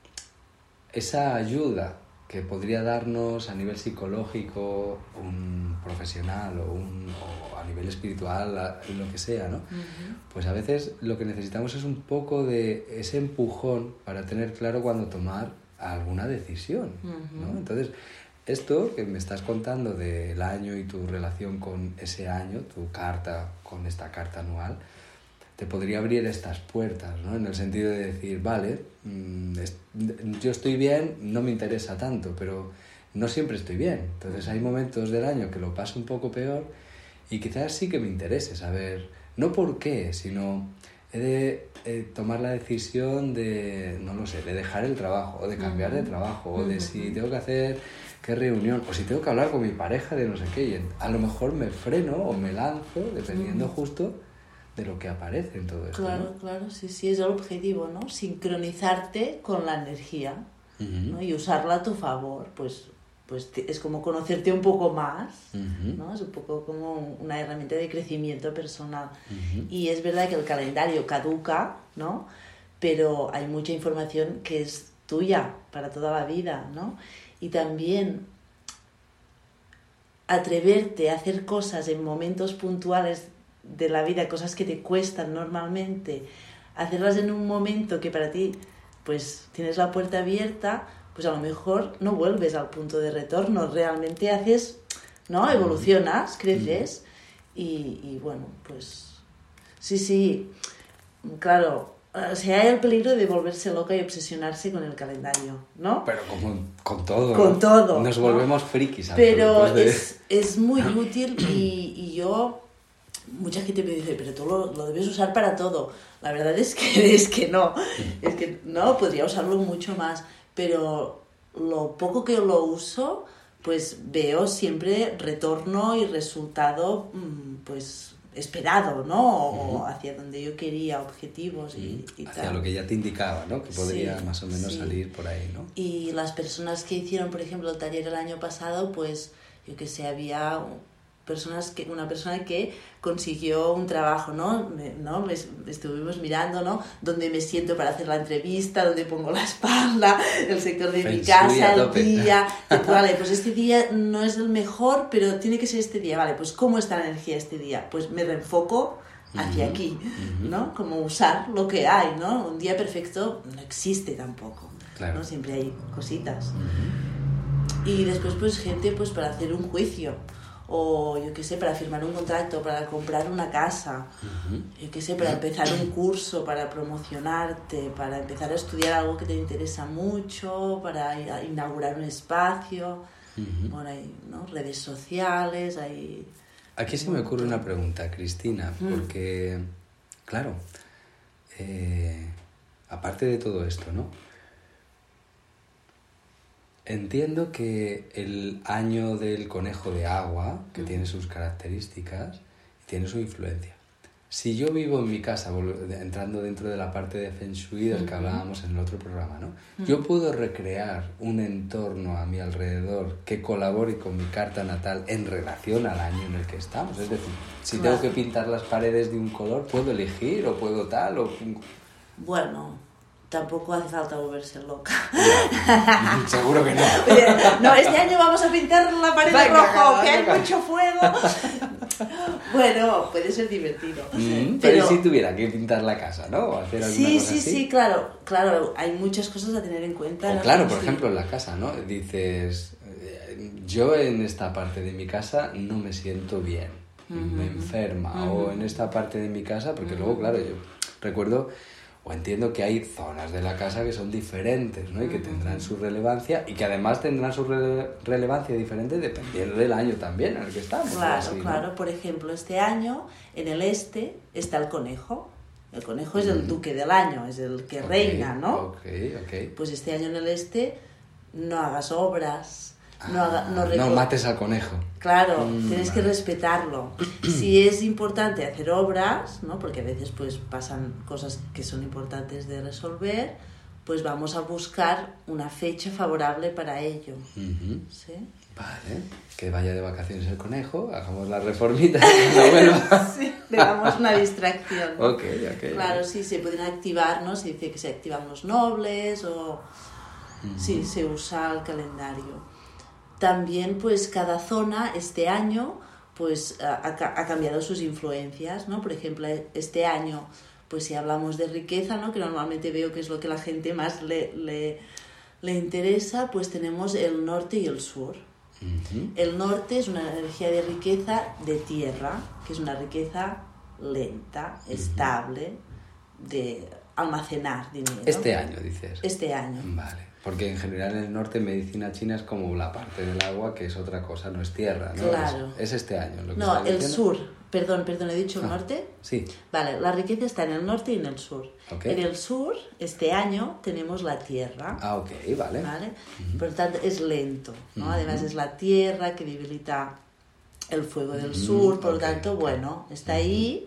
esa ayuda que podría darnos a nivel psicológico un profesional o, un, o a nivel espiritual, lo que sea, ¿no? Uh-huh. Pues a veces lo que necesitamos es un poco de ese empujón para tener claro cuándo tomar alguna decisión, uh-huh. ¿no? Entonces, esto que me estás contando del año y tu relación con ese año, tu carta con esta carta anual, te podría abrir estas puertas, ¿no? En el sentido de decir, vale, mmm, es, yo estoy bien, no me interesa tanto, pero no siempre estoy bien. Entonces hay momentos del año que lo paso un poco peor y quizás sí que me interese saber, no por qué, sino he de eh, tomar la decisión de, no lo sé, de dejar el trabajo, o de cambiar uh-huh. de trabajo, o de uh-huh. si tengo que hacer qué reunión, o si tengo que hablar con mi pareja de no sé qué. Y a lo mejor me freno o me lanzo, dependiendo uh-huh. justo de lo que aparece en todo esto. Claro, ¿no? claro, sí, sí, es el objetivo, ¿no? Sincronizarte con la energía, uh-huh. ¿no? Y usarla a tu favor, pues, pues te, es como conocerte un poco más, uh-huh. ¿no? Es un poco como una herramienta de crecimiento personal. Uh-huh. Y es verdad que el calendario caduca, ¿no? Pero hay mucha información que es tuya para toda la vida, ¿no? Y también atreverte a hacer cosas en momentos puntuales de la vida, cosas que te cuestan normalmente, hacerlas en un momento que para ti pues tienes la puerta abierta, pues a lo mejor no vuelves al punto de retorno, realmente haces, ¿no? Evolucionas, creces y, y bueno, pues sí, sí, claro, o sea, hay el peligro de volverse loca y obsesionarse con el calendario, ¿no? Pero como con todo, con ¿no? todo, nos ¿no? volvemos frikis. Pero de... es, es muy útil y, y yo... Mucha gente me dice, pero tú lo, lo debes usar para todo. La verdad es que, es que no. Es que no, podría usarlo mucho más. Pero lo poco que lo uso, pues veo siempre retorno y resultado, pues esperado, ¿no? O uh-huh. hacia donde yo quería, objetivos y, y hacia tal. Lo que ya te indicaba, ¿no? Que podría sí, más o menos sí. salir por ahí, ¿no? Y las personas que hicieron, por ejemplo, el taller el año pasado, pues yo que sé, había... personas que una persona que consiguió un trabajo, ¿no? ¿no? Estuvimos mirando, ¿no? Dónde me siento para hacer la entrevista, dónde pongo la espalda, el sector de mi casa, el día. Vale, pues este día no es el mejor, pero tiene que ser este día. Vale, pues ¿cómo está la energía este día? Pues me reenfoco hacia uh-huh. aquí, ¿no? Como usar lo que hay, ¿no? Un día perfecto no existe tampoco, claro. ¿no? Siempre hay cositas. Uh-huh. Y después, pues, gente, pues, para hacer un juicio. O yo qué sé, para firmar un contrato, para comprar una casa, uh-huh. yo qué sé, para empezar un curso, para promocionarte, para empezar a estudiar algo que te interesa mucho, para ir a inaugurar un espacio, uh-huh. bueno, hay, ¿no? redes sociales, hay Aquí se me ocurre una pregunta, Cristina, porque, claro, eh, aparte de todo esto, ¿no? Entiendo que el año del conejo de agua, que mm. tiene sus características, tiene su influencia. Si yo vivo en mi casa, entrando dentro de la parte de Feng Shui del que hablábamos en el otro programa, ¿no? Uh-huh. Yo puedo recrear un entorno a mi alrededor que colabore con mi carta natal en relación al año en el que estamos. Es decir, si claro. tengo que pintar las paredes de un color, ¿puedo elegir o puedo tal? O... Bueno, tampoco hace falta volverse loca. Ya, seguro que no. No, este año vamos a pintar la pared de rojo, que hay mucho fuego. Bueno, puede ser divertido. Mm, pero, pero si tuviera que pintar la casa, ¿no? O hacer alguna sí, cosa sí, así. sí, claro. Claro, hay muchas cosas a tener en cuenta. O ¿no? claro, por sí. ejemplo, en la casa, ¿no? Dices, yo en esta parte de mi casa no me siento bien, uh-huh. me enferma. Uh-huh. O en esta parte de mi casa, porque uh-huh. luego, claro, yo recuerdo... O entiendo que hay zonas de la casa que son diferentes, ¿no? Y que tendrán su relevancia y que además tendrán su rele- relevancia diferente dependiendo del año también en el que estamos. Claro, así, ¿no? claro. Por ejemplo, este año en el este está el conejo. El conejo es el duque del año, es el que okay, reina, ¿no? Ok, ok. Pues este año en el este no hagas obras, no, haga, no, reco- no mates al conejo. Claro, mm, tienes vale. que respetarlo. Si es importante hacer obras, ¿no? Porque a veces pues pasan cosas que son importantes de resolver, pues vamos a buscar una fecha favorable para ello. Uh-huh. ¿Sí? Vale, que vaya de vacaciones el conejo, hagamos la reformita y no vuelva. Sí, le damos una distracción, ¿no? Ok, ok. Claro, sí, se pueden activar, ¿no? Se dice que se activan los nobles o... Uh-huh. Sí, se usa el calendario. También, pues, cada zona este año, pues, ha, ha cambiado sus influencias, ¿no? Por ejemplo, este año, pues, si hablamos de riqueza, ¿no? Que normalmente veo que es lo que a la gente más le, le, le interesa, pues tenemos el norte y el sur. Uh-huh. El norte es una energía de riqueza de tierra, que es una riqueza lenta, uh-huh. estable, de almacenar dinero. Este año, dices. Este año. Vale. Porque en general en el norte medicina china es como la parte del agua que es otra cosa, no es tierra, ¿no? Claro. Es, es este año lo que No, el diciendo. sur. Perdón, perdón, ¿he dicho el ah, norte? Sí. Vale, la riqueza está en el norte y en el sur. Okay. En el sur, este año, tenemos la tierra. Ah, ok, vale. ¿Vale? Uh-huh. Por lo tanto, es lento, ¿no? Uh-huh. Además es la tierra que debilita el fuego del uh-huh. sur, por lo okay, tanto, okay. bueno, está uh-huh. ahí.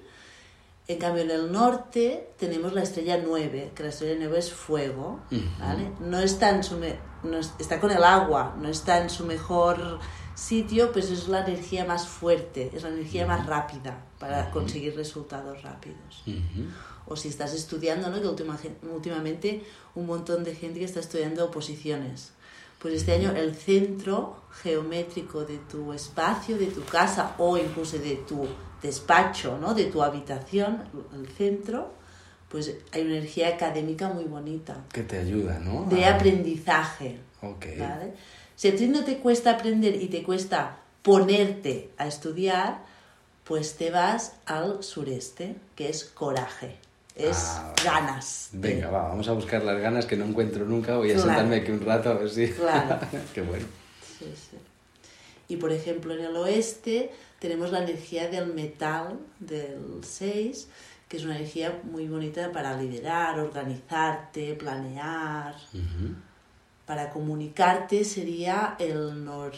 En cambio, en el norte tenemos la estrella nueve, que la estrella nueve es fuego, uh-huh. ¿vale? No está en su me- no es- está con el agua, no está en su mejor sitio, pues es la energía más fuerte, es la energía uh-huh. más rápida para uh-huh. conseguir resultados rápidos. Uh-huh. O si estás estudiando, ¿no? Que última, últimamente un montón de gente que está estudiando oposiciones. Pues este uh-huh. año el centro geométrico de tu espacio, de tu casa o incluso de tu despacho, ¿no? De tu habitación, el centro, pues hay una energía académica muy bonita. Que te ayuda, ¿no? De ah. aprendizaje. Okay. ¿Vale? Si a ti no te cuesta aprender y te cuesta ponerte a estudiar, pues te vas al sureste, que es coraje. Es ah, ganas. Venga, va, vamos a buscar las ganas que no encuentro nunca. Voy a claro. sentarme aquí un rato a ver si... Claro. Qué bueno. Sí, sí. Y por ejemplo, en el oeste tenemos la energía del metal, del seis, que es una energía muy bonita para liderar, organizarte, planear. Uh-huh. Para comunicarte sería el, nor,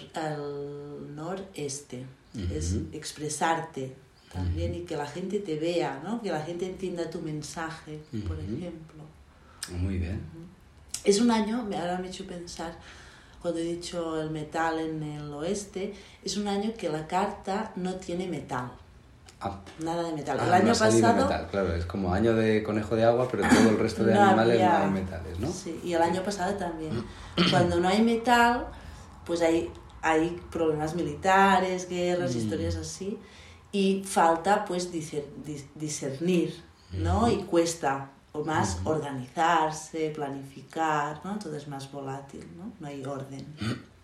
el noreste, uh-huh. es expresarte también uh-huh. y que la gente te vea, ¿no? Que la gente entienda tu mensaje, uh-huh. por ejemplo. Muy bien. Uh-huh. Es un año, ahora me he hecho pensar, cuando he dicho el metal en el oeste, es un año que la carta no tiene metal. Ah. Nada de metal. Ah, el año no ha salido pasado... metal, claro, es como año de conejo de agua, pero todo el resto de no animales había... no hay metales, ¿no? Sí, y el año pasado también. Cuando no hay metal, pues hay, hay problemas militares, guerras, mm. historias así, y falta pues discernir, ¿no? Mm. Y cuesta o más mm. organizarse, planificar, ¿no? Todo es más volátil, ¿no? No hay orden.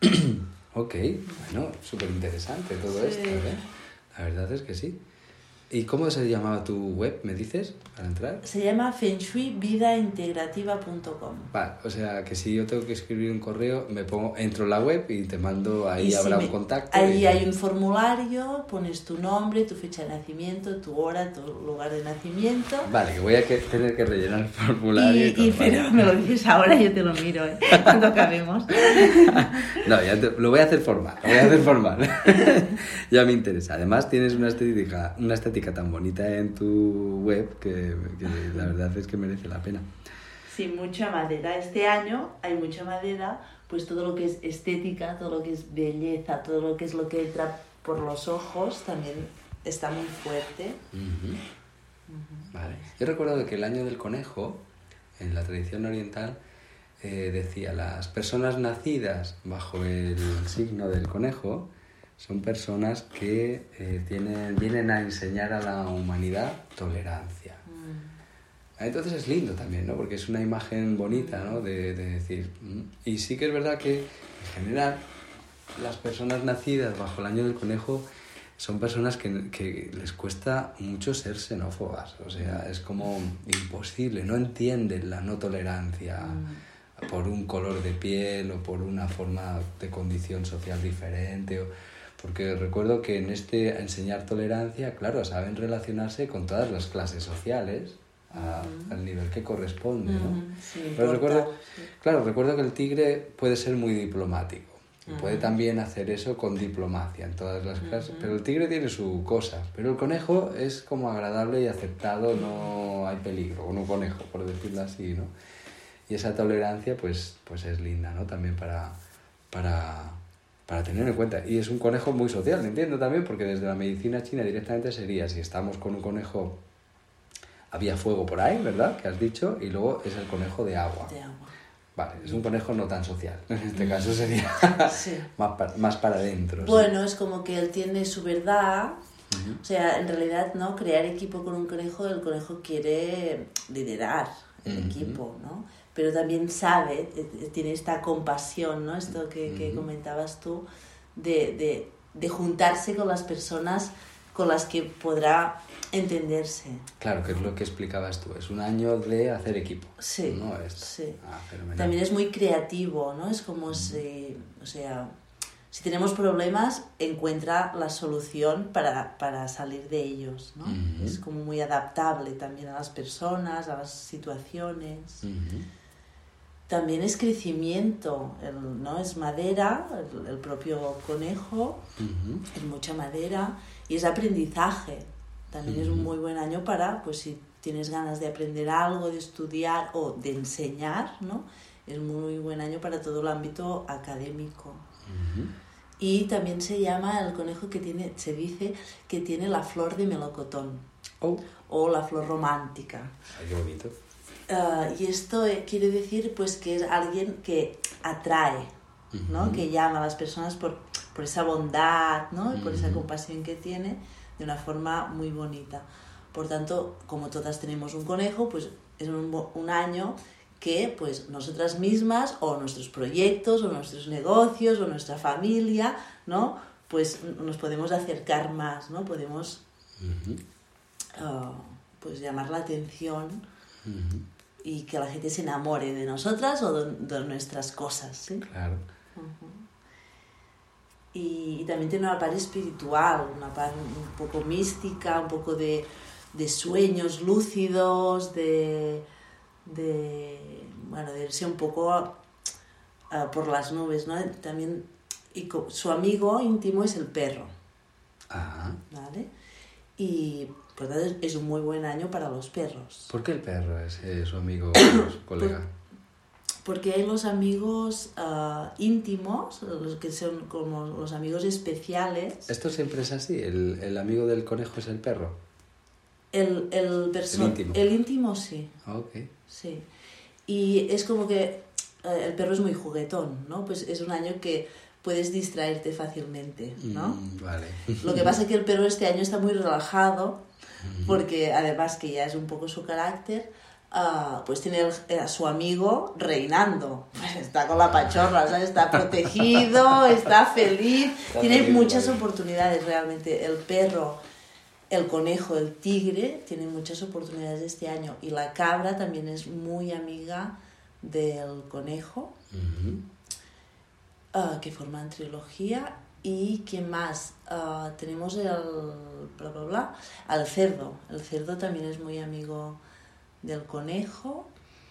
Ok, bueno, súper interesante todo sí. esto, ¿eh? La verdad es que sí. ¿Y cómo se llamaba tu web, me dices, para entrar? Se llama feng shui vida integrativa punto com. Vale, o sea, que si yo tengo que escribir un correo, me pongo, entro en la web y te mando, ahí Y habrá si un me, contacto. Ahí y... hay un formulario, pones tu nombre, tu fecha de nacimiento, tu hora, tu lugar de nacimiento. Vale, que voy a que, tener que rellenar el formulario. Y, y, todo, y vale. pero me lo dices ahora, yo te lo miro, ¿eh? Cuando acabemos. No, ya te, lo voy a hacer formal, lo voy a hacer formal. Ya me interesa. Además tienes una estética, una estética tan bonita en tu web que, que la verdad es que merece la pena. Sí, mucha madera. Este año hay mucha madera, pues todo lo que es estética, todo lo que es belleza, todo lo que es lo que entra por los ojos también está muy fuerte. Uh-huh. Uh-huh. Vale. Yo recuerdo que el año del conejo, en la tradición oriental, eh, decía, las personas nacidas bajo el signo del conejo son personas que eh, tienen, vienen a enseñar a la humanidad tolerancia. Mm. Entonces es lindo también, ¿no? Porque es una imagen bonita, ¿no? De, de decir... Y sí que es verdad que, en general, las personas nacidas bajo el año del conejo son personas que, que les cuesta mucho ser xenófobas. O sea, es como imposible, no entienden la no tolerancia mm. por un color de piel o por una forma de condición social diferente o... Porque recuerdo que en este enseñar tolerancia, claro, saben relacionarse con todas las clases sociales a, uh-huh. al nivel que corresponde, ¿no? Uh-huh. Sí, Pero importa, recuerdo, sí. claro, recuerdo que el tigre puede ser muy diplomático y uh-huh. puede también hacer eso con diplomacia en todas las clases, uh-huh. pero el tigre tiene su cosa, pero el conejo es como agradable y aceptado, no hay peligro con un conejo, por decirlo así, ¿no? Y esa tolerancia, pues, pues es linda, ¿no? También para... para para tener en cuenta. Y es un conejo muy social, entiendo también, porque desde la medicina china directamente sería, si estamos con un conejo, había fuego por ahí, ¿verdad? Que has dicho, y luego es el conejo de agua. De agua. Vale, es un conejo no tan social. En este caso sería sí. más, para, más para adentro. Bueno, ¿sí? Es como que él tiene su verdad. Uh-huh. O sea, en realidad, ¿no? Crear equipo con un conejo, el conejo quiere liderar el uh-huh. equipo, ¿no? Pero también sabe, tiene esta compasión, ¿no? Esto que, uh-huh. que comentabas tú, de, de, de juntarse con las personas con las que podrá entenderse. Claro, que es lo que explicabas tú, es un año de hacer equipo. Sí, ¿no? Esto. sí. Ah, fenomenal. También es muy creativo, ¿no? Es como uh-huh. si, o sea, si tenemos problemas, encuentra la solución para, para salir de ellos, ¿no? Uh-huh. Es como muy adaptable también a las personas, a las situaciones. Uh-huh. También es crecimiento, el, ¿no? Es madera, el, el propio conejo, uh-huh. es mucha madera y es aprendizaje. También uh-huh. es un muy buen año para, pues si tienes ganas de aprender algo, de estudiar o de enseñar, ¿no? Es muy buen año para todo el ámbito académico. Uh-huh. Y también se llama el conejo que tiene, se dice que tiene la flor de melocotón oh. o la flor romántica. Ay, qué bonito. Uh, y esto quiere decir pues que es alguien que atrae, ¿no? Uh-huh. Que llama a las personas por, por esa bondad, ¿no? Y uh-huh. por esa compasión que tiene de una forma muy bonita. Por tanto, como todas tenemos un conejo, pues es un, un año que pues nosotras mismas o nuestros proyectos o nuestros negocios o nuestra familia, ¿no? Pues nos podemos acercar más, ¿no? Podemos uh-huh. uh, pues llamar la atención uh-huh. y que la gente se enamore de nosotras o de, de nuestras cosas, ¿sí? Claro. Uh-huh. Y, y también tiene una parte espiritual, una parte un poco mística, un poco de, de sueños lúcidos, de, de, bueno, de irse un poco uh, por las nubes, ¿no? También, y co- su amigo íntimo es el perro. Ajá. ¿Vale? Y por lo tanto es un muy buen año para los perros. ¿Por qué el perro es eh, su amigo o su colega? Por, porque hay los amigos uh, íntimos, los que son como los amigos especiales. ¿Esto siempre es así? ¿El, el amigo del conejo es el perro? El, el, perso- el íntimo. El íntimo sí. Ok. Sí. Y es como que uh, el perro es muy juguetón, ¿no? Pues es un año que puedes distraerte fácilmente, ¿no? Mm, vale. Lo que pasa es que el perro este año está muy relajado, porque además que ya es un poco su carácter, uh, pues tiene el, a su amigo reinando. Pues está con la pachorra, ¿sabes? Está protegido, está feliz, está tiene feliz, muchas vale. oportunidades realmente. El perro, El conejo, el tigre, tienen muchas oportunidades este año. Y la cabra también es muy amiga del conejo, uh-huh. uh, que forman trilogía. ¿Y qué más? Uh, tenemos el bla, bla, bla, al cerdo. El cerdo también es muy amigo del conejo.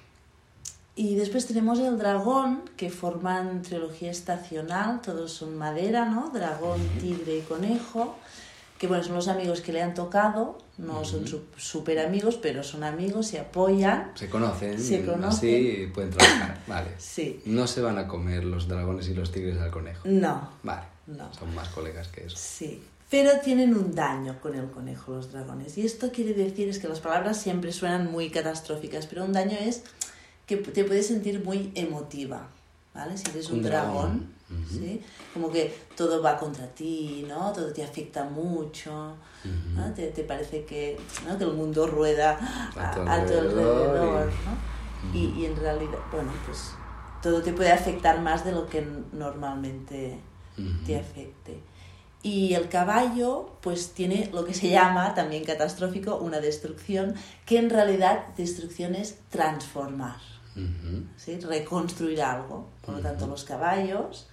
Y después tenemos el dragón, que forman trilogía estacional, todos son madera, ¿no? Dragón, tigre y conejo, que bueno, son los amigos que le han tocado, no uh-huh. son súper amigos, pero son amigos, se apoyan. Se conocen, se conocen. Así pueden trabajar, vale. Sí. No se van a comer los dragones y los tigres al conejo. No. Vale, no. Son más colegas que eso. Sí. Pero tienen un daño con el conejo los dragones. Y esto quiere decir, es que las palabras siempre suenan muy catastróficas, pero un daño es que te puedes sentir muy emotiva, ¿vale? Si eres un, un dragón, dragón uh-huh. ¿sí? Como que todo va contra ti, ¿no? Todo te afecta mucho, uh-huh. ¿no? Te, te parece que, ¿no? que el mundo rueda a, a tu alrededor, ¿no? Y, uh-huh. y en realidad, bueno, pues todo te puede afectar más de lo que normalmente uh-huh. te afecte. Y el caballo, pues tiene lo que se llama, también catastrófico, una destrucción, que en realidad destrucción es transformar, uh-huh. ¿sí? Reconstruir algo. Por lo tanto, uh-huh. los caballos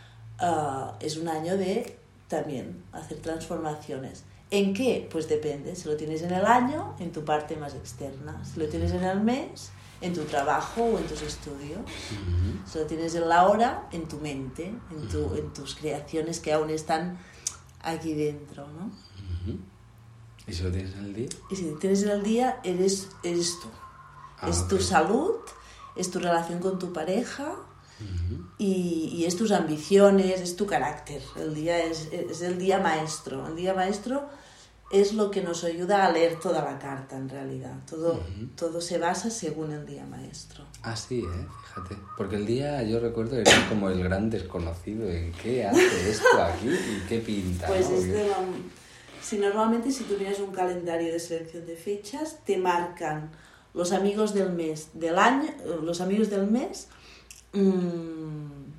uh, es un año de también hacer transformaciones. ¿En qué? Pues depende. Si lo tienes en el año, en tu parte más externa. Si lo tienes en el mes, en tu trabajo o en tus estudios. Uh-huh. Si lo tienes en la hora, en tu mente, en, tu, en tus creaciones que aún están aquí dentro, ¿no? Uh-huh. ¿Y si lo tienes en el día? Y si lo tienes en el día, eres, eres tú. Ah, es okay. Tu salud, es tu relación con tu pareja uh-huh. y, y es tus ambiciones, es tu carácter. El día es, es el día maestro. El día maestro es lo que nos ayuda a leer toda la carta, en realidad. Todo, uh-huh. todo se basa según el día maestro. Ah, sí, ¿eh? Fíjate. Porque el día, yo recuerdo que era como el gran desconocido. ¿En qué hace esto aquí y qué pinta? Pues ¿no? es de la... Si normalmente, si tú miras un calendario de selección de fechas, te marcan los amigos del mes del año, los amigos del mes... Mmm,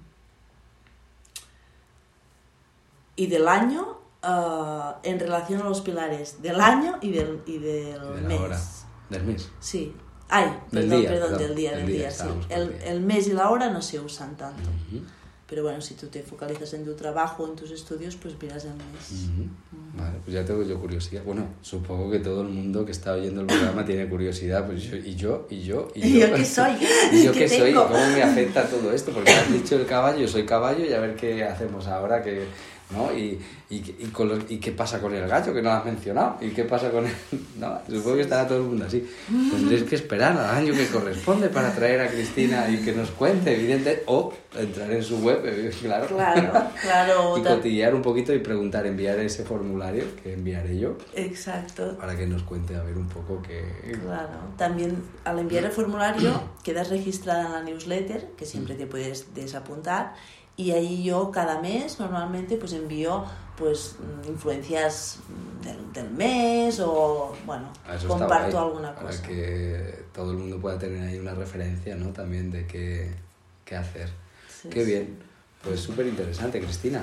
y del año... Uh, en relación a los pilares del año y del, y del de mes. Hora. ¿Del mes? Sí. Ay, del perdón, día, perdón, perdón, del día, del día, día sí. El, el mes y la hora no se usan tanto. Uh-huh. Pero bueno, si tú te focalizas en tu trabajo o en tus estudios, pues miras el mes. Uh-huh. Uh-huh. Vale, pues ya tengo yo curiosidad. Bueno, supongo que todo el mundo que está oyendo el programa tiene curiosidad. Pues yo, y yo, y yo, y yo. ¿Y yo qué soy? ¿Y yo qué, qué soy? ¿Cómo me afecta todo esto? Porque has dicho el caballo, yo soy caballo, y a ver qué hacemos ahora que... ¿no? Y, y, y, con lo, y qué pasa con el gallo, que no lo has mencionado, y qué pasa con el... No, supongo que estará todo el mundo así. Tendréis que esperar al año que corresponde para traer a Cristina y que nos cuente, evidente, o entrar en su web, claro. Claro, claro. Y cotillear un poquito y preguntar, enviar ese formulario que enviaré yo. Exacto. Para que nos cuente a ver un poco qué... Claro. También al enviar el formulario quedas registrada en la newsletter, que siempre te puedes desapuntar. Y ahí yo cada mes normalmente pues envío pues influencias del, del mes o bueno, comparto alguna cosa. Para que todo el mundo pueda tener ahí una referencia, ¿no? También de qué, qué hacer. Sí, qué sí. Bien. Pues súper interesante, Cristina.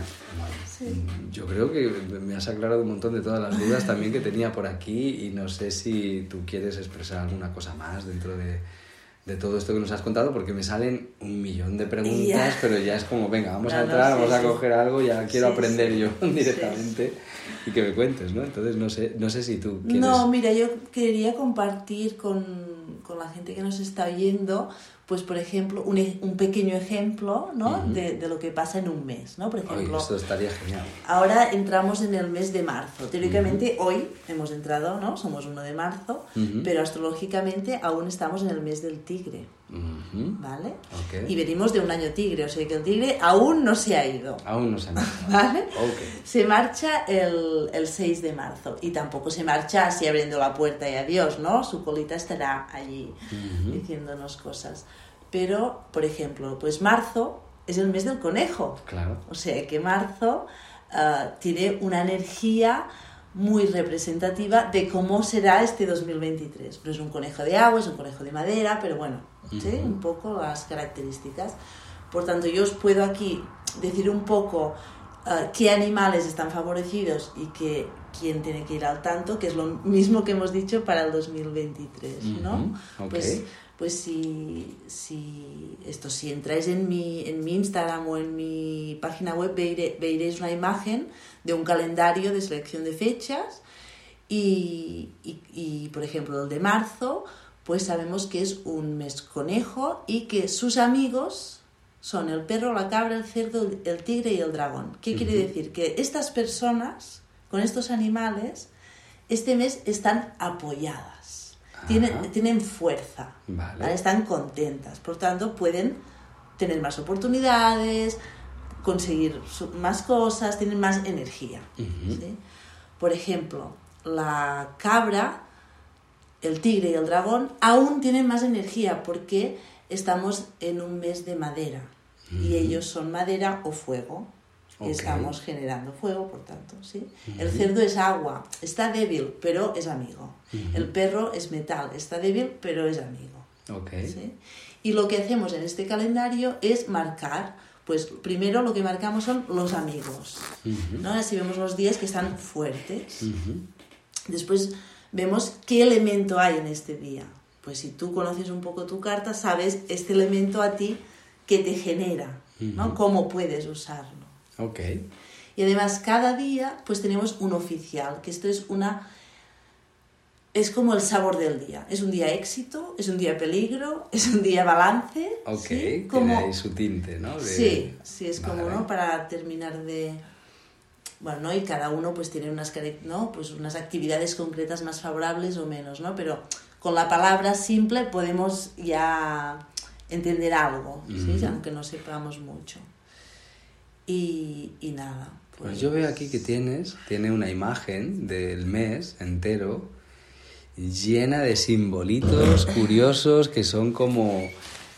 Sí. Yo creo que me has aclarado un montón de todas las dudas también que tenía por aquí y no sé si tú quieres expresar alguna cosa más dentro de... de todo esto que nos has contado, porque me salen un millón de preguntas, yeah. pero ya es como, venga, vamos no, a entrar, no, sí, vamos a sí. coger algo, ya quiero sí, aprender sí. yo directamente sí. y que me cuentes, ¿no? Entonces, no sé, no sé si tú quieres... No, mira, yo quería compartir con, con la gente que nos está oyendo, pues, por ejemplo, un, un pequeño ejemplo, ¿no? Uh-huh. de, de lo que pasa en un mes, ¿no? Por ejemplo... Oye, esto estaría genial. Ahora entramos en el mes de marzo. Teóricamente, uh-huh. hoy hemos entrado, ¿no? Somos uno de marzo, uh-huh. pero astrológicamente aún estamos en el mes del tigre, uh-huh. ¿vale? Okay. Y venimos de un año tigre, o sea que el tigre aún no se ha ido. Aún no se ha ido. ¿Vale? Okay. Se marcha el, el seis de marzo y tampoco se marcha así abriendo la puerta y adiós, ¿no? Su colita estará allí uh-huh. diciéndonos cosas. Pero, por ejemplo, pues marzo es el mes del conejo. Claro. O sea que marzo uh, tiene una energía muy representativa de cómo será este dos mil veintitrés. No es un conejo de agua, es un conejo de madera, pero bueno, uh-huh. ¿sí? Un poco las características. Por tanto, yo os puedo aquí decir un poco uh, qué animales están favorecidos y qué, quién tiene que ir al tanto, que es lo mismo que hemos dicho para el dos mil veintitrés, ¿no? Uh-huh. Okay. Pues, pues si, si esto, si entráis en mi, en mi Instagram o en mi página web, veire, veréis una imagen de un calendario de selección de fechas y, y, y, por ejemplo, el de marzo, pues sabemos que es un mes conejo y que sus amigos son el perro, la cabra, el cerdo, el tigre y el dragón. ¿Qué uh-huh. quiere decir? Que estas personas, con estos animales, este mes están apoyadas, tienen, tienen fuerza, vale. ¿vale? Están contentas, por tanto pueden tener más oportunidades, conseguir más cosas, tienen más energía. Uh-huh. ¿Sí? Por ejemplo, la cabra, el tigre y el dragón aún tienen más energía porque estamos en un mes de madera uh-huh. y ellos son madera o fuego. Okay. Estamos generando fuego, por tanto, ¿sí? Uh-huh. El cerdo es agua, está débil, pero es amigo. Uh-huh. El perro es metal, está débil, pero es amigo. Okay. ¿Sí? Y lo que hacemos en este calendario es marcar, pues primero lo que marcamos son los amigos, uh-huh. ¿no? Así vemos los días que están fuertes. Uh-huh. Después vemos qué elemento hay en este día. Pues si tú conoces un poco tu carta, sabes este elemento a ti que te genera, ¿no? Uh-huh. Cómo puedes usarlo. Okay. Y además cada día pues tenemos un oficial, que esto es una es como el sabor del día. Es un día éxito, es un día peligro, es un día balance. Ok, ¿sí? Como... tiene ahí su tinte, ¿no? De... Sí, sí, es vale, como, vale. ¿no? Para terminar de... Bueno, ¿no? Y cada uno pues tiene unas, ¿no? Pues unas actividades concretas más favorables o menos, ¿no? Pero con la palabra simple podemos ya entender algo, ¿sí? Mm. Aunque no sepamos mucho. Y, y nada. Pues... pues yo veo aquí que tienes, tiene una imagen del mes entero llena de simbolitos curiosos que son como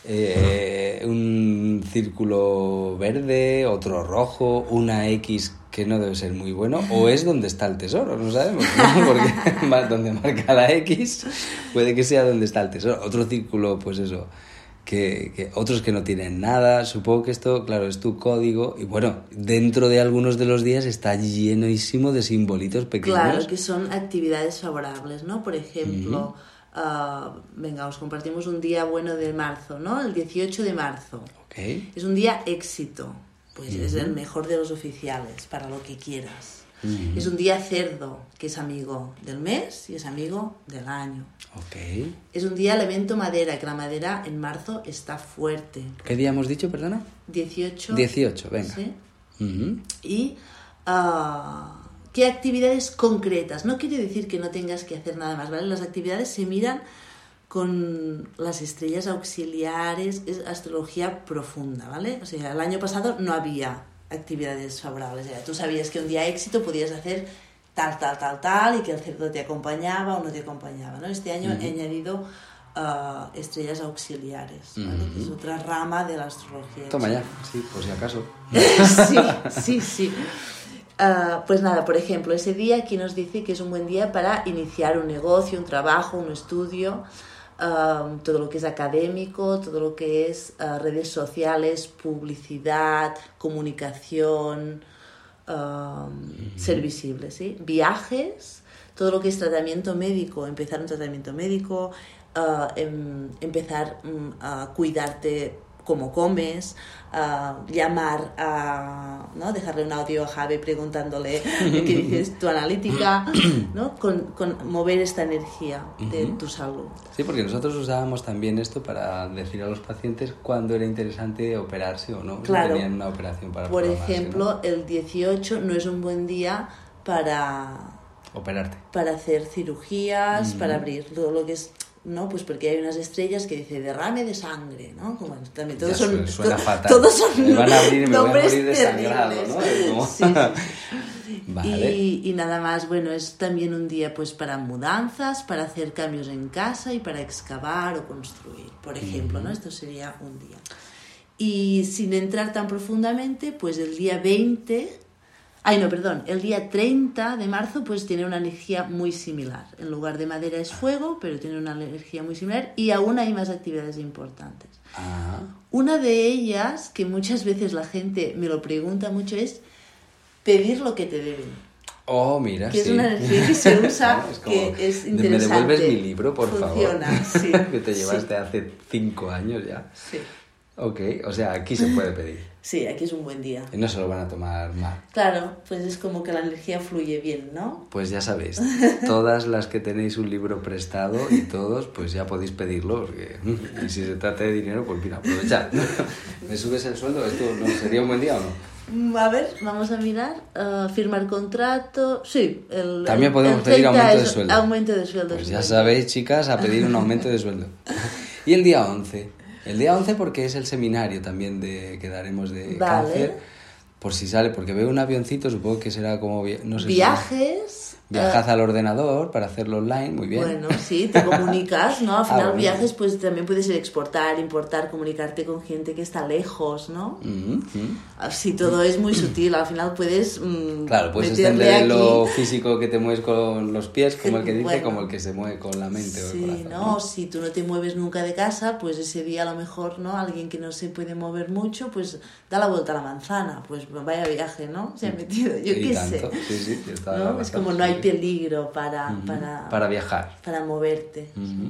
eh, un círculo verde, otro rojo, una X que no debe ser muy bueno, o es donde está el tesoro, no sabemos, ¿no? Porque donde marca la X puede que sea donde está el tesoro. Otro círculo, pues eso, que, que otros que no tienen nada. Supongo que esto, claro, es tu código y bueno, dentro de algunos de los días está llenísimo de simbolitos pequeños. Claro, que son actividades favorables, ¿no? Por ejemplo, uh-huh. uh, venga, os compartimos un día bueno de marzo, ¿no? El dieciocho de marzo. Okay. Es un día éxito, pues uh-huh. es el mejor de los oficiales, para lo que quieras. Uh-huh. Es un día cerdo, que es amigo del mes y es amigo del año. Okay. Es un día elemento madera, que la madera en marzo está fuerte. ¿Qué día hemos dicho, perdona? dieciocho. dieciocho, venga. ¿Sí? Uh-huh. Y uh, qué actividades concretas. No quiere decir que no tengas que hacer nada más, ¿vale? Las actividades se miran con las estrellas auxiliares, es astrología profunda, ¿vale? O sea, el año pasado no había actividades favorables. O sea, tú sabías que un día éxito podías hacer tal, tal, tal, tal, y que el cerdo te acompañaba o no te acompañaba, ¿no? Este año uh-huh. he añadido uh, estrellas auxiliares, ¿vale? Uh-huh. Que es otra rama de la astrología. Toma ya, sí, por si acaso. sí, sí, sí. Uh, pues nada, por ejemplo, ese día aquí nos dice que es un buen día para iniciar un negocio, un trabajo, un estudio, uh, todo lo que es académico, todo lo que es uh, redes sociales, publicidad, comunicación, uh, mm-hmm. ser visible, ¿sí? Viajes, todo lo que es tratamiento médico, empezar un tratamiento médico, uh, em, empezar um, a cuidarte cómo comes, uh, llamar a, ¿no? Dejarle un audio a Javi preguntándole qué dices tu analítica, ¿no? Con, con mover esta energía de uh-huh. tu salud. Sí, porque nosotros usábamos también esto para decir a los pacientes cuándo era interesante operarse o no. Claro. Si tenían una operación para Por ejemplo, ¿no? El dieciocho no es un buen día para... operarte. Para hacer cirugías, uh-huh. para abrir todo lo que es... ¿no? Pues porque hay unas estrellas que dice derrame de sangre, ¿no? Como también todos ya son suena to, fatal. Todos son me van a abrir y me voy a morir terribles. desangrado, ¿no? Sí, sí. Vale. Y, y nada más, bueno, es también un día pues para mudanzas, para hacer cambios en casa y para excavar o construir, por ejemplo, uh-huh. ¿no? Esto sería un día. Y sin entrar tan profundamente, pues el día veinte... Ay, no, perdón, el día treinta de marzo pues tiene una energía muy similar. En lugar de madera es fuego, pero tiene una energía muy similar y aún hay más actividades importantes. Ah. Una de ellas, que muchas veces la gente me lo pregunta mucho, es pedir lo que te deben. Oh, mira, que sí. es una energía que se usa, no, es como, que es interesante. ¿me devuelves mi libro, por Funciona, favor? sí. que te llevaste sí. hace cinco años ya. Sí. Ok, o sea, aquí se puede pedir. Sí, aquí es un buen día. Y no se lo van a tomar mal. Claro, pues es como que la energía fluye bien, ¿no? Pues ya sabéis, todas las que tenéis un libro prestado y todos, pues ya podéis pedirlo, porque y si se trata de dinero, pues mira, aprovechad. ¿Me subes el sueldo? ¿Esto no sería un buen día o no? A ver, vamos a mirar. Uh, firmar contrato. Sí, el. También el, podemos el pedir aumento de es, sueldo. Aumento de sueldo. Pues ya sabéis, chicas, a pedir un aumento de sueldo. Y el día once. El día once porque es el seminario también de que daremos de vale. cáncer. Por si sale, porque veo un avioncito, supongo que será como... No sé Viajes. Si viajas uh, al ordenador para hacerlo online, muy bien. Bueno, sí, te comunicas, ¿no? Al final ah, bueno. viajes pues también puede ser exportar, importar, comunicarte con gente que está lejos, ¿no? Mm-hmm. Así todo es muy sutil, al final puedes mmm, Claro, puedes meterle extender aquí... lo físico que te mueves con los pies, como el que dice, bueno, como el que se mueve con la mente sí, o el corazón. ¿no? ¿no? Si tú no te mueves nunca de casa, pues ese día a lo mejor, ¿no? Alguien que no se puede mover mucho, pues da la vuelta a la manzana, pues vaya viaje, ¿no? Se ha metido, yo y qué tanto. sé. Sí, sí, está ¿no? Es como no hay peligro para, uh-huh. para, para viajar. Para moverte. Uh-huh.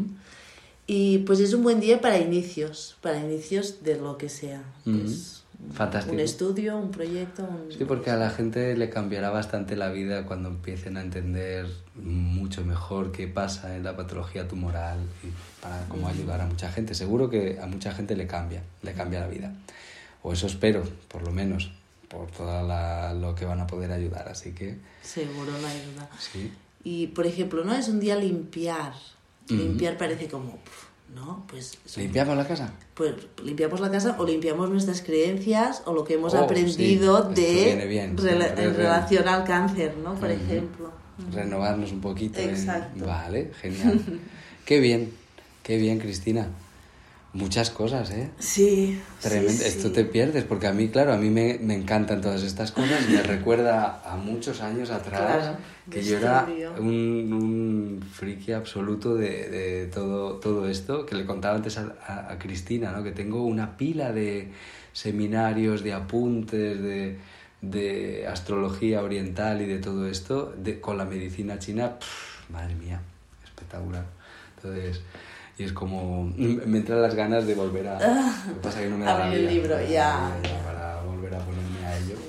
Y pues es un buen día para inicios, para inicios de lo que sea. Uh-huh. Pues, fantástico. Un estudio, un proyecto. Un... Sí, porque a la gente le cambiará bastante la vida cuando empiecen a entender mucho mejor qué pasa en la patología tumoral y para cómo uh-huh. ayudar a mucha gente. Seguro que a mucha gente le cambia, le cambia la vida. O eso espero, por lo menos, por todo la, lo que van a poder ayudar. Así que... Seguro, no hay duda. Sí. Y, por ejemplo, ¿no? Es un día limpiar. Uh-huh. Limpiar parece como, ¿no? Pues ¿Limpiamos un... la casa? Pues limpiamos la casa o limpiamos nuestras creencias o lo que hemos oh, sí. aprendido de viene bien. rela- en relación al cáncer, ¿no? Por uh-huh. ejemplo. Uh-huh. Renovarnos un poquito. Exacto. En... Vale, genial. Qué bien, qué bien, Cristina. Muchas cosas, ¿eh? Sí. Tremendo. Sí, sí. Esto te pierdes, porque a mí, claro, a mí me, me encantan todas estas cosas. Me recuerda a muchos años atrás claro, que yo era un, un friki absoluto de, de todo, todo esto, que le contaba antes a, a, a Cristina, ¿no? Que tengo una pila de seminarios, de apuntes, de, de astrología oriental y de todo esto, de, con la medicina china. Pff, madre mía, espectacular. Entonces... Y es como... Me entran las ganas de volver a... Lo que pasa es que no me da la vida. el libro, para, ya, ya. Para volver a ponerme a ello.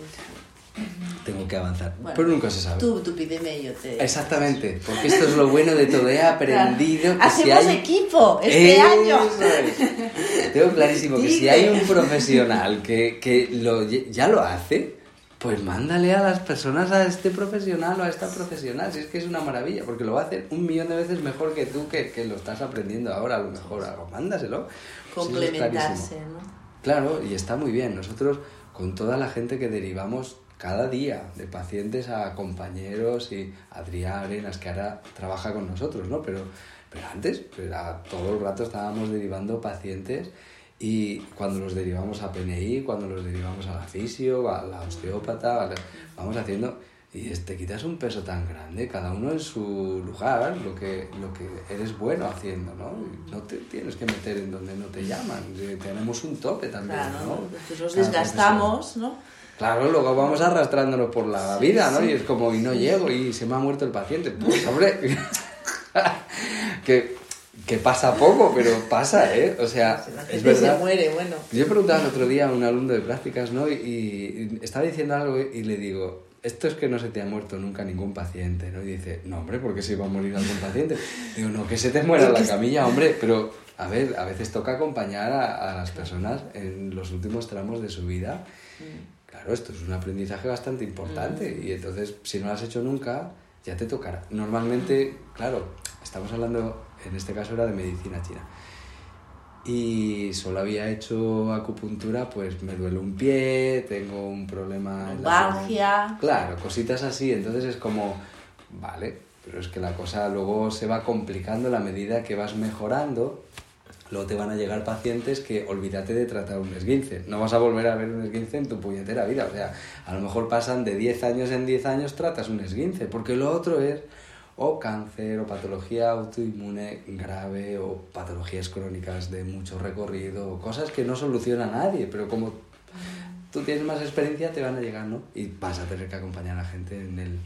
Tengo que avanzar. Bueno, pero nunca se sabe. Tú, tú pídeme y yo te... Exactamente. Porque esto es lo bueno de todo. He aprendido claro. que Hacemos si hay... equipo este ¡Eso año. Es! Tengo clarísimo que si hay un profesional que, que lo, ya lo hace... Pues mándale a las personas a este profesional o a esta profesional, si es que es una maravilla, porque lo va a hacer un millón de veces mejor que tú, que, que lo estás aprendiendo ahora, a lo mejor, algo, mándaselo. Complementarse, sí, ¿no? Claro, y está muy bien. Nosotros, con toda la gente que derivamos cada día, de pacientes a compañeros, y Adrián Arenas, que ahora trabaja con nosotros, ¿no? Pero, pero antes, era, todo el rato estábamos derivando pacientes. Y cuando los derivamos a P N I, cuando los derivamos a la fisio, a la osteópata, a la... vamos haciendo... Y te quitas un peso tan grande, cada uno en su lugar, lo que, lo que eres bueno haciendo, ¿no? Y no te tienes que meter en donde no te llaman. Tenemos un tope también, claro, ¿no? Pues los desgastamos, ¿no? Claro, luego vamos arrastrándonos por la sí, vida, ¿no? Sí. Y es como, y no llego, y se me ha muerto el paciente. Pues, hombre, que... Que pasa poco, pero pasa, ¿eh? O sea, es verdad. Se muere, bueno. Yo he preguntado el otro día a un alumno de prácticas, ¿no? Y, y estaba diciendo algo y le digo, esto es que no se te ha muerto nunca ningún paciente, ¿no? Y dice, no, hombre, ¿por qué se iba a morir algún paciente? Digo, no, que se te muera la camilla, hombre. Pero, a ver, a veces toca acompañar a, a las personas en los últimos tramos de su vida. Claro, esto es un aprendizaje bastante importante. Y entonces, si no lo has hecho nunca, ya te tocará. Normalmente, claro, estamos hablando... En este caso era de medicina china. Y solo había hecho acupuntura, pues me duele un pie, tengo un problema... Lumbalgia. Claro, cositas así. Entonces es como, vale, pero es que la cosa luego se va complicando a la medida que vas mejorando. Luego te van a llegar pacientes que olvídate de tratar un esguince. No vas a volver a ver un esguince en tu puñetera vida. O sea, a lo mejor pasan de diez años en diez años tratas un esguince, porque lo otro es... o cáncer, o patología autoinmune grave, o patologías crónicas de mucho recorrido, o cosas que no soluciona nadie, pero como tú tienes más experiencia te van a llegar, ¿no? Y vas a tener que acompañar a la gente en el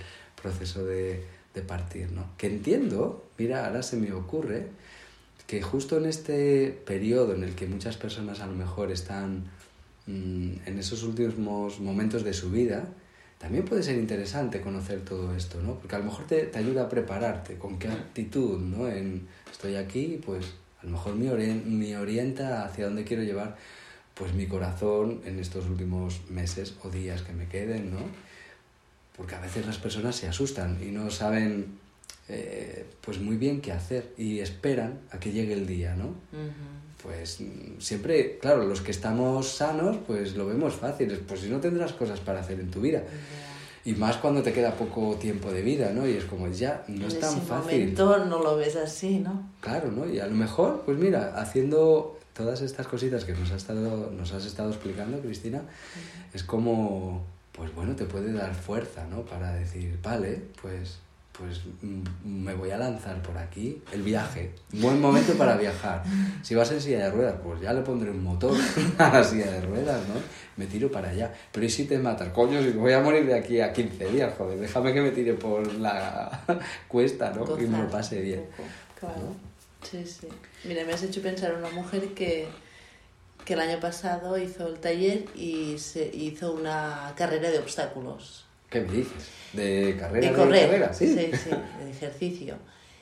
proceso de, de partir, ¿no? Que entiendo, mira, ahora se me ocurre que justo en este periodo en el que muchas personas a lo mejor están mmm, en esos últimos momentos de su vida, también puede ser interesante conocer todo esto, ¿no? Porque a lo mejor te, te ayuda a prepararte, con qué actitud, ¿no? En, estoy aquí, pues a lo mejor me, orien, me orienta hacia dónde quiero llevar pues mi corazón en estos últimos meses o días que me queden, ¿no? Porque a veces las personas se asustan y no saben eh, pues muy bien qué hacer y esperan a que llegue el día, ¿no? Uh-huh. Pues siempre, claro, los que estamos sanos, pues lo vemos fácil, pues si no tendrás cosas para hacer en tu vida. Uh-huh. Y más cuando te queda poco tiempo de vida, ¿no? Y es como, ya, no es tan fácil. En ese momento no lo ves así, ¿no? Claro, ¿no? Y a lo mejor, pues mira, haciendo todas estas cositas que nos has estado, nos has estado explicando, Cristina, uh-huh. es como, pues bueno, te puede dar fuerza, ¿no? Para decir, vale, pues, pues me voy a lanzar por aquí, el viaje, buen momento para viajar. Si vas en silla de ruedas, pues ya le pondré un motor a la silla de ruedas, ¿no? Me tiro para allá. Pero ¿y si te matas? Coño, si me voy a morir de aquí a quince días, joder, déjame que me tire por la cuesta, ¿no? Gozar, y me lo pase bien. Claro. ¿No? Sí, sí. Mira, me has hecho pensar en una mujer que, que el año pasado hizo el taller y se hizo una carrera de obstáculos. ¿Qué me dices? ¿De carrera? De correr, de carrera, ¿sí? Sí, sí, de ejercicio.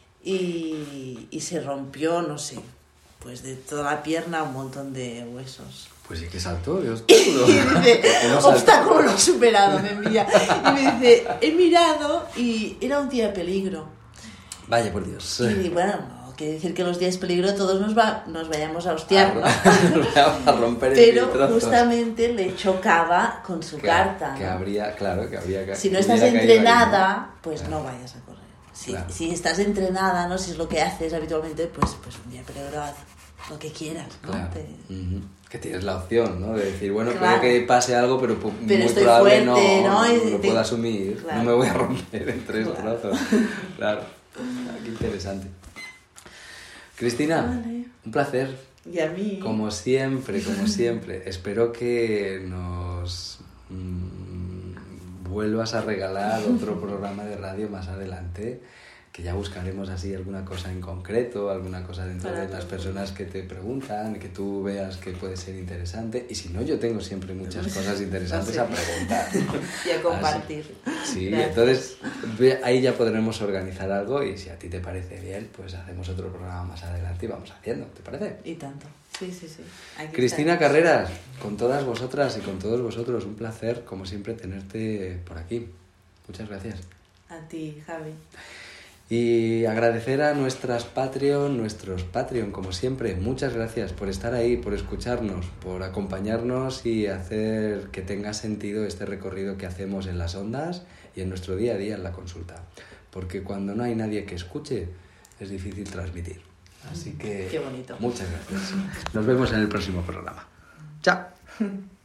Y, y se rompió, no sé, pues de toda la pierna un montón de huesos. Pues sí que saltó de obstáculo. Y dice, obstáculo lo he superado, me envía. Y me dice, he mirado y era un día de peligro. Vaya por Dios. Y bueno, quiere decir que los días de peligro todos nos, va, nos vayamos a hostiar, ¿no? a romper el Pero trozos. Justamente le chocaba con su que, carta, que ¿no? habría, claro, que habría que... Si no estás entrenada, ahí, pues claro. No vayas a correr. Si, claro. si estás entrenada, ¿no? Si es lo que haces habitualmente, pues, pues un día de peligro haz lo que quieras, ¿no? Claro. Te... Uh-huh. Que tienes la opción, ¿no? De decir, bueno, claro. puede que pase algo, pero, pero muy estoy probable fuerte, no, ¿no? no Y lo te... puedo asumir, claro. No me voy a romper en tres claro. trozos. Claro, ah, qué interesante. Cristina, vale. Un placer. Y a mí. Como siempre, como siempre. Espero que nos mmm, vuelvas a regalar otro programa de radio más adelante, que ya buscaremos así alguna cosa en concreto, alguna cosa dentro Para de las personas que te preguntan, que tú veas que puede ser interesante. Y si no, yo tengo siempre muchas cosas interesantes no sé. a preguntar. Y a compartir. Así. Sí, Gracias. Entonces ahí ya podremos organizar algo y si a ti te parece bien, pues hacemos otro programa más adelante y vamos haciendo. ¿Te parece? Y tanto. Sí, sí, sí. Aquí Cristina estamos. Carreras, con todas vosotras y con todos vosotros, un placer, como siempre, tenerte por aquí. Muchas gracias. A ti, Javi. Y agradecer a nuestras Patreon, nuestros Patreon, como siempre. Muchas gracias por estar ahí, por escucharnos, por acompañarnos y hacer que tenga sentido este recorrido que hacemos en las ondas y en nuestro día a día en la consulta. Porque cuando no hay nadie que escuche, es difícil transmitir. Así que Qué bonito. Muchas gracias. Nos vemos en el próximo programa. Chao.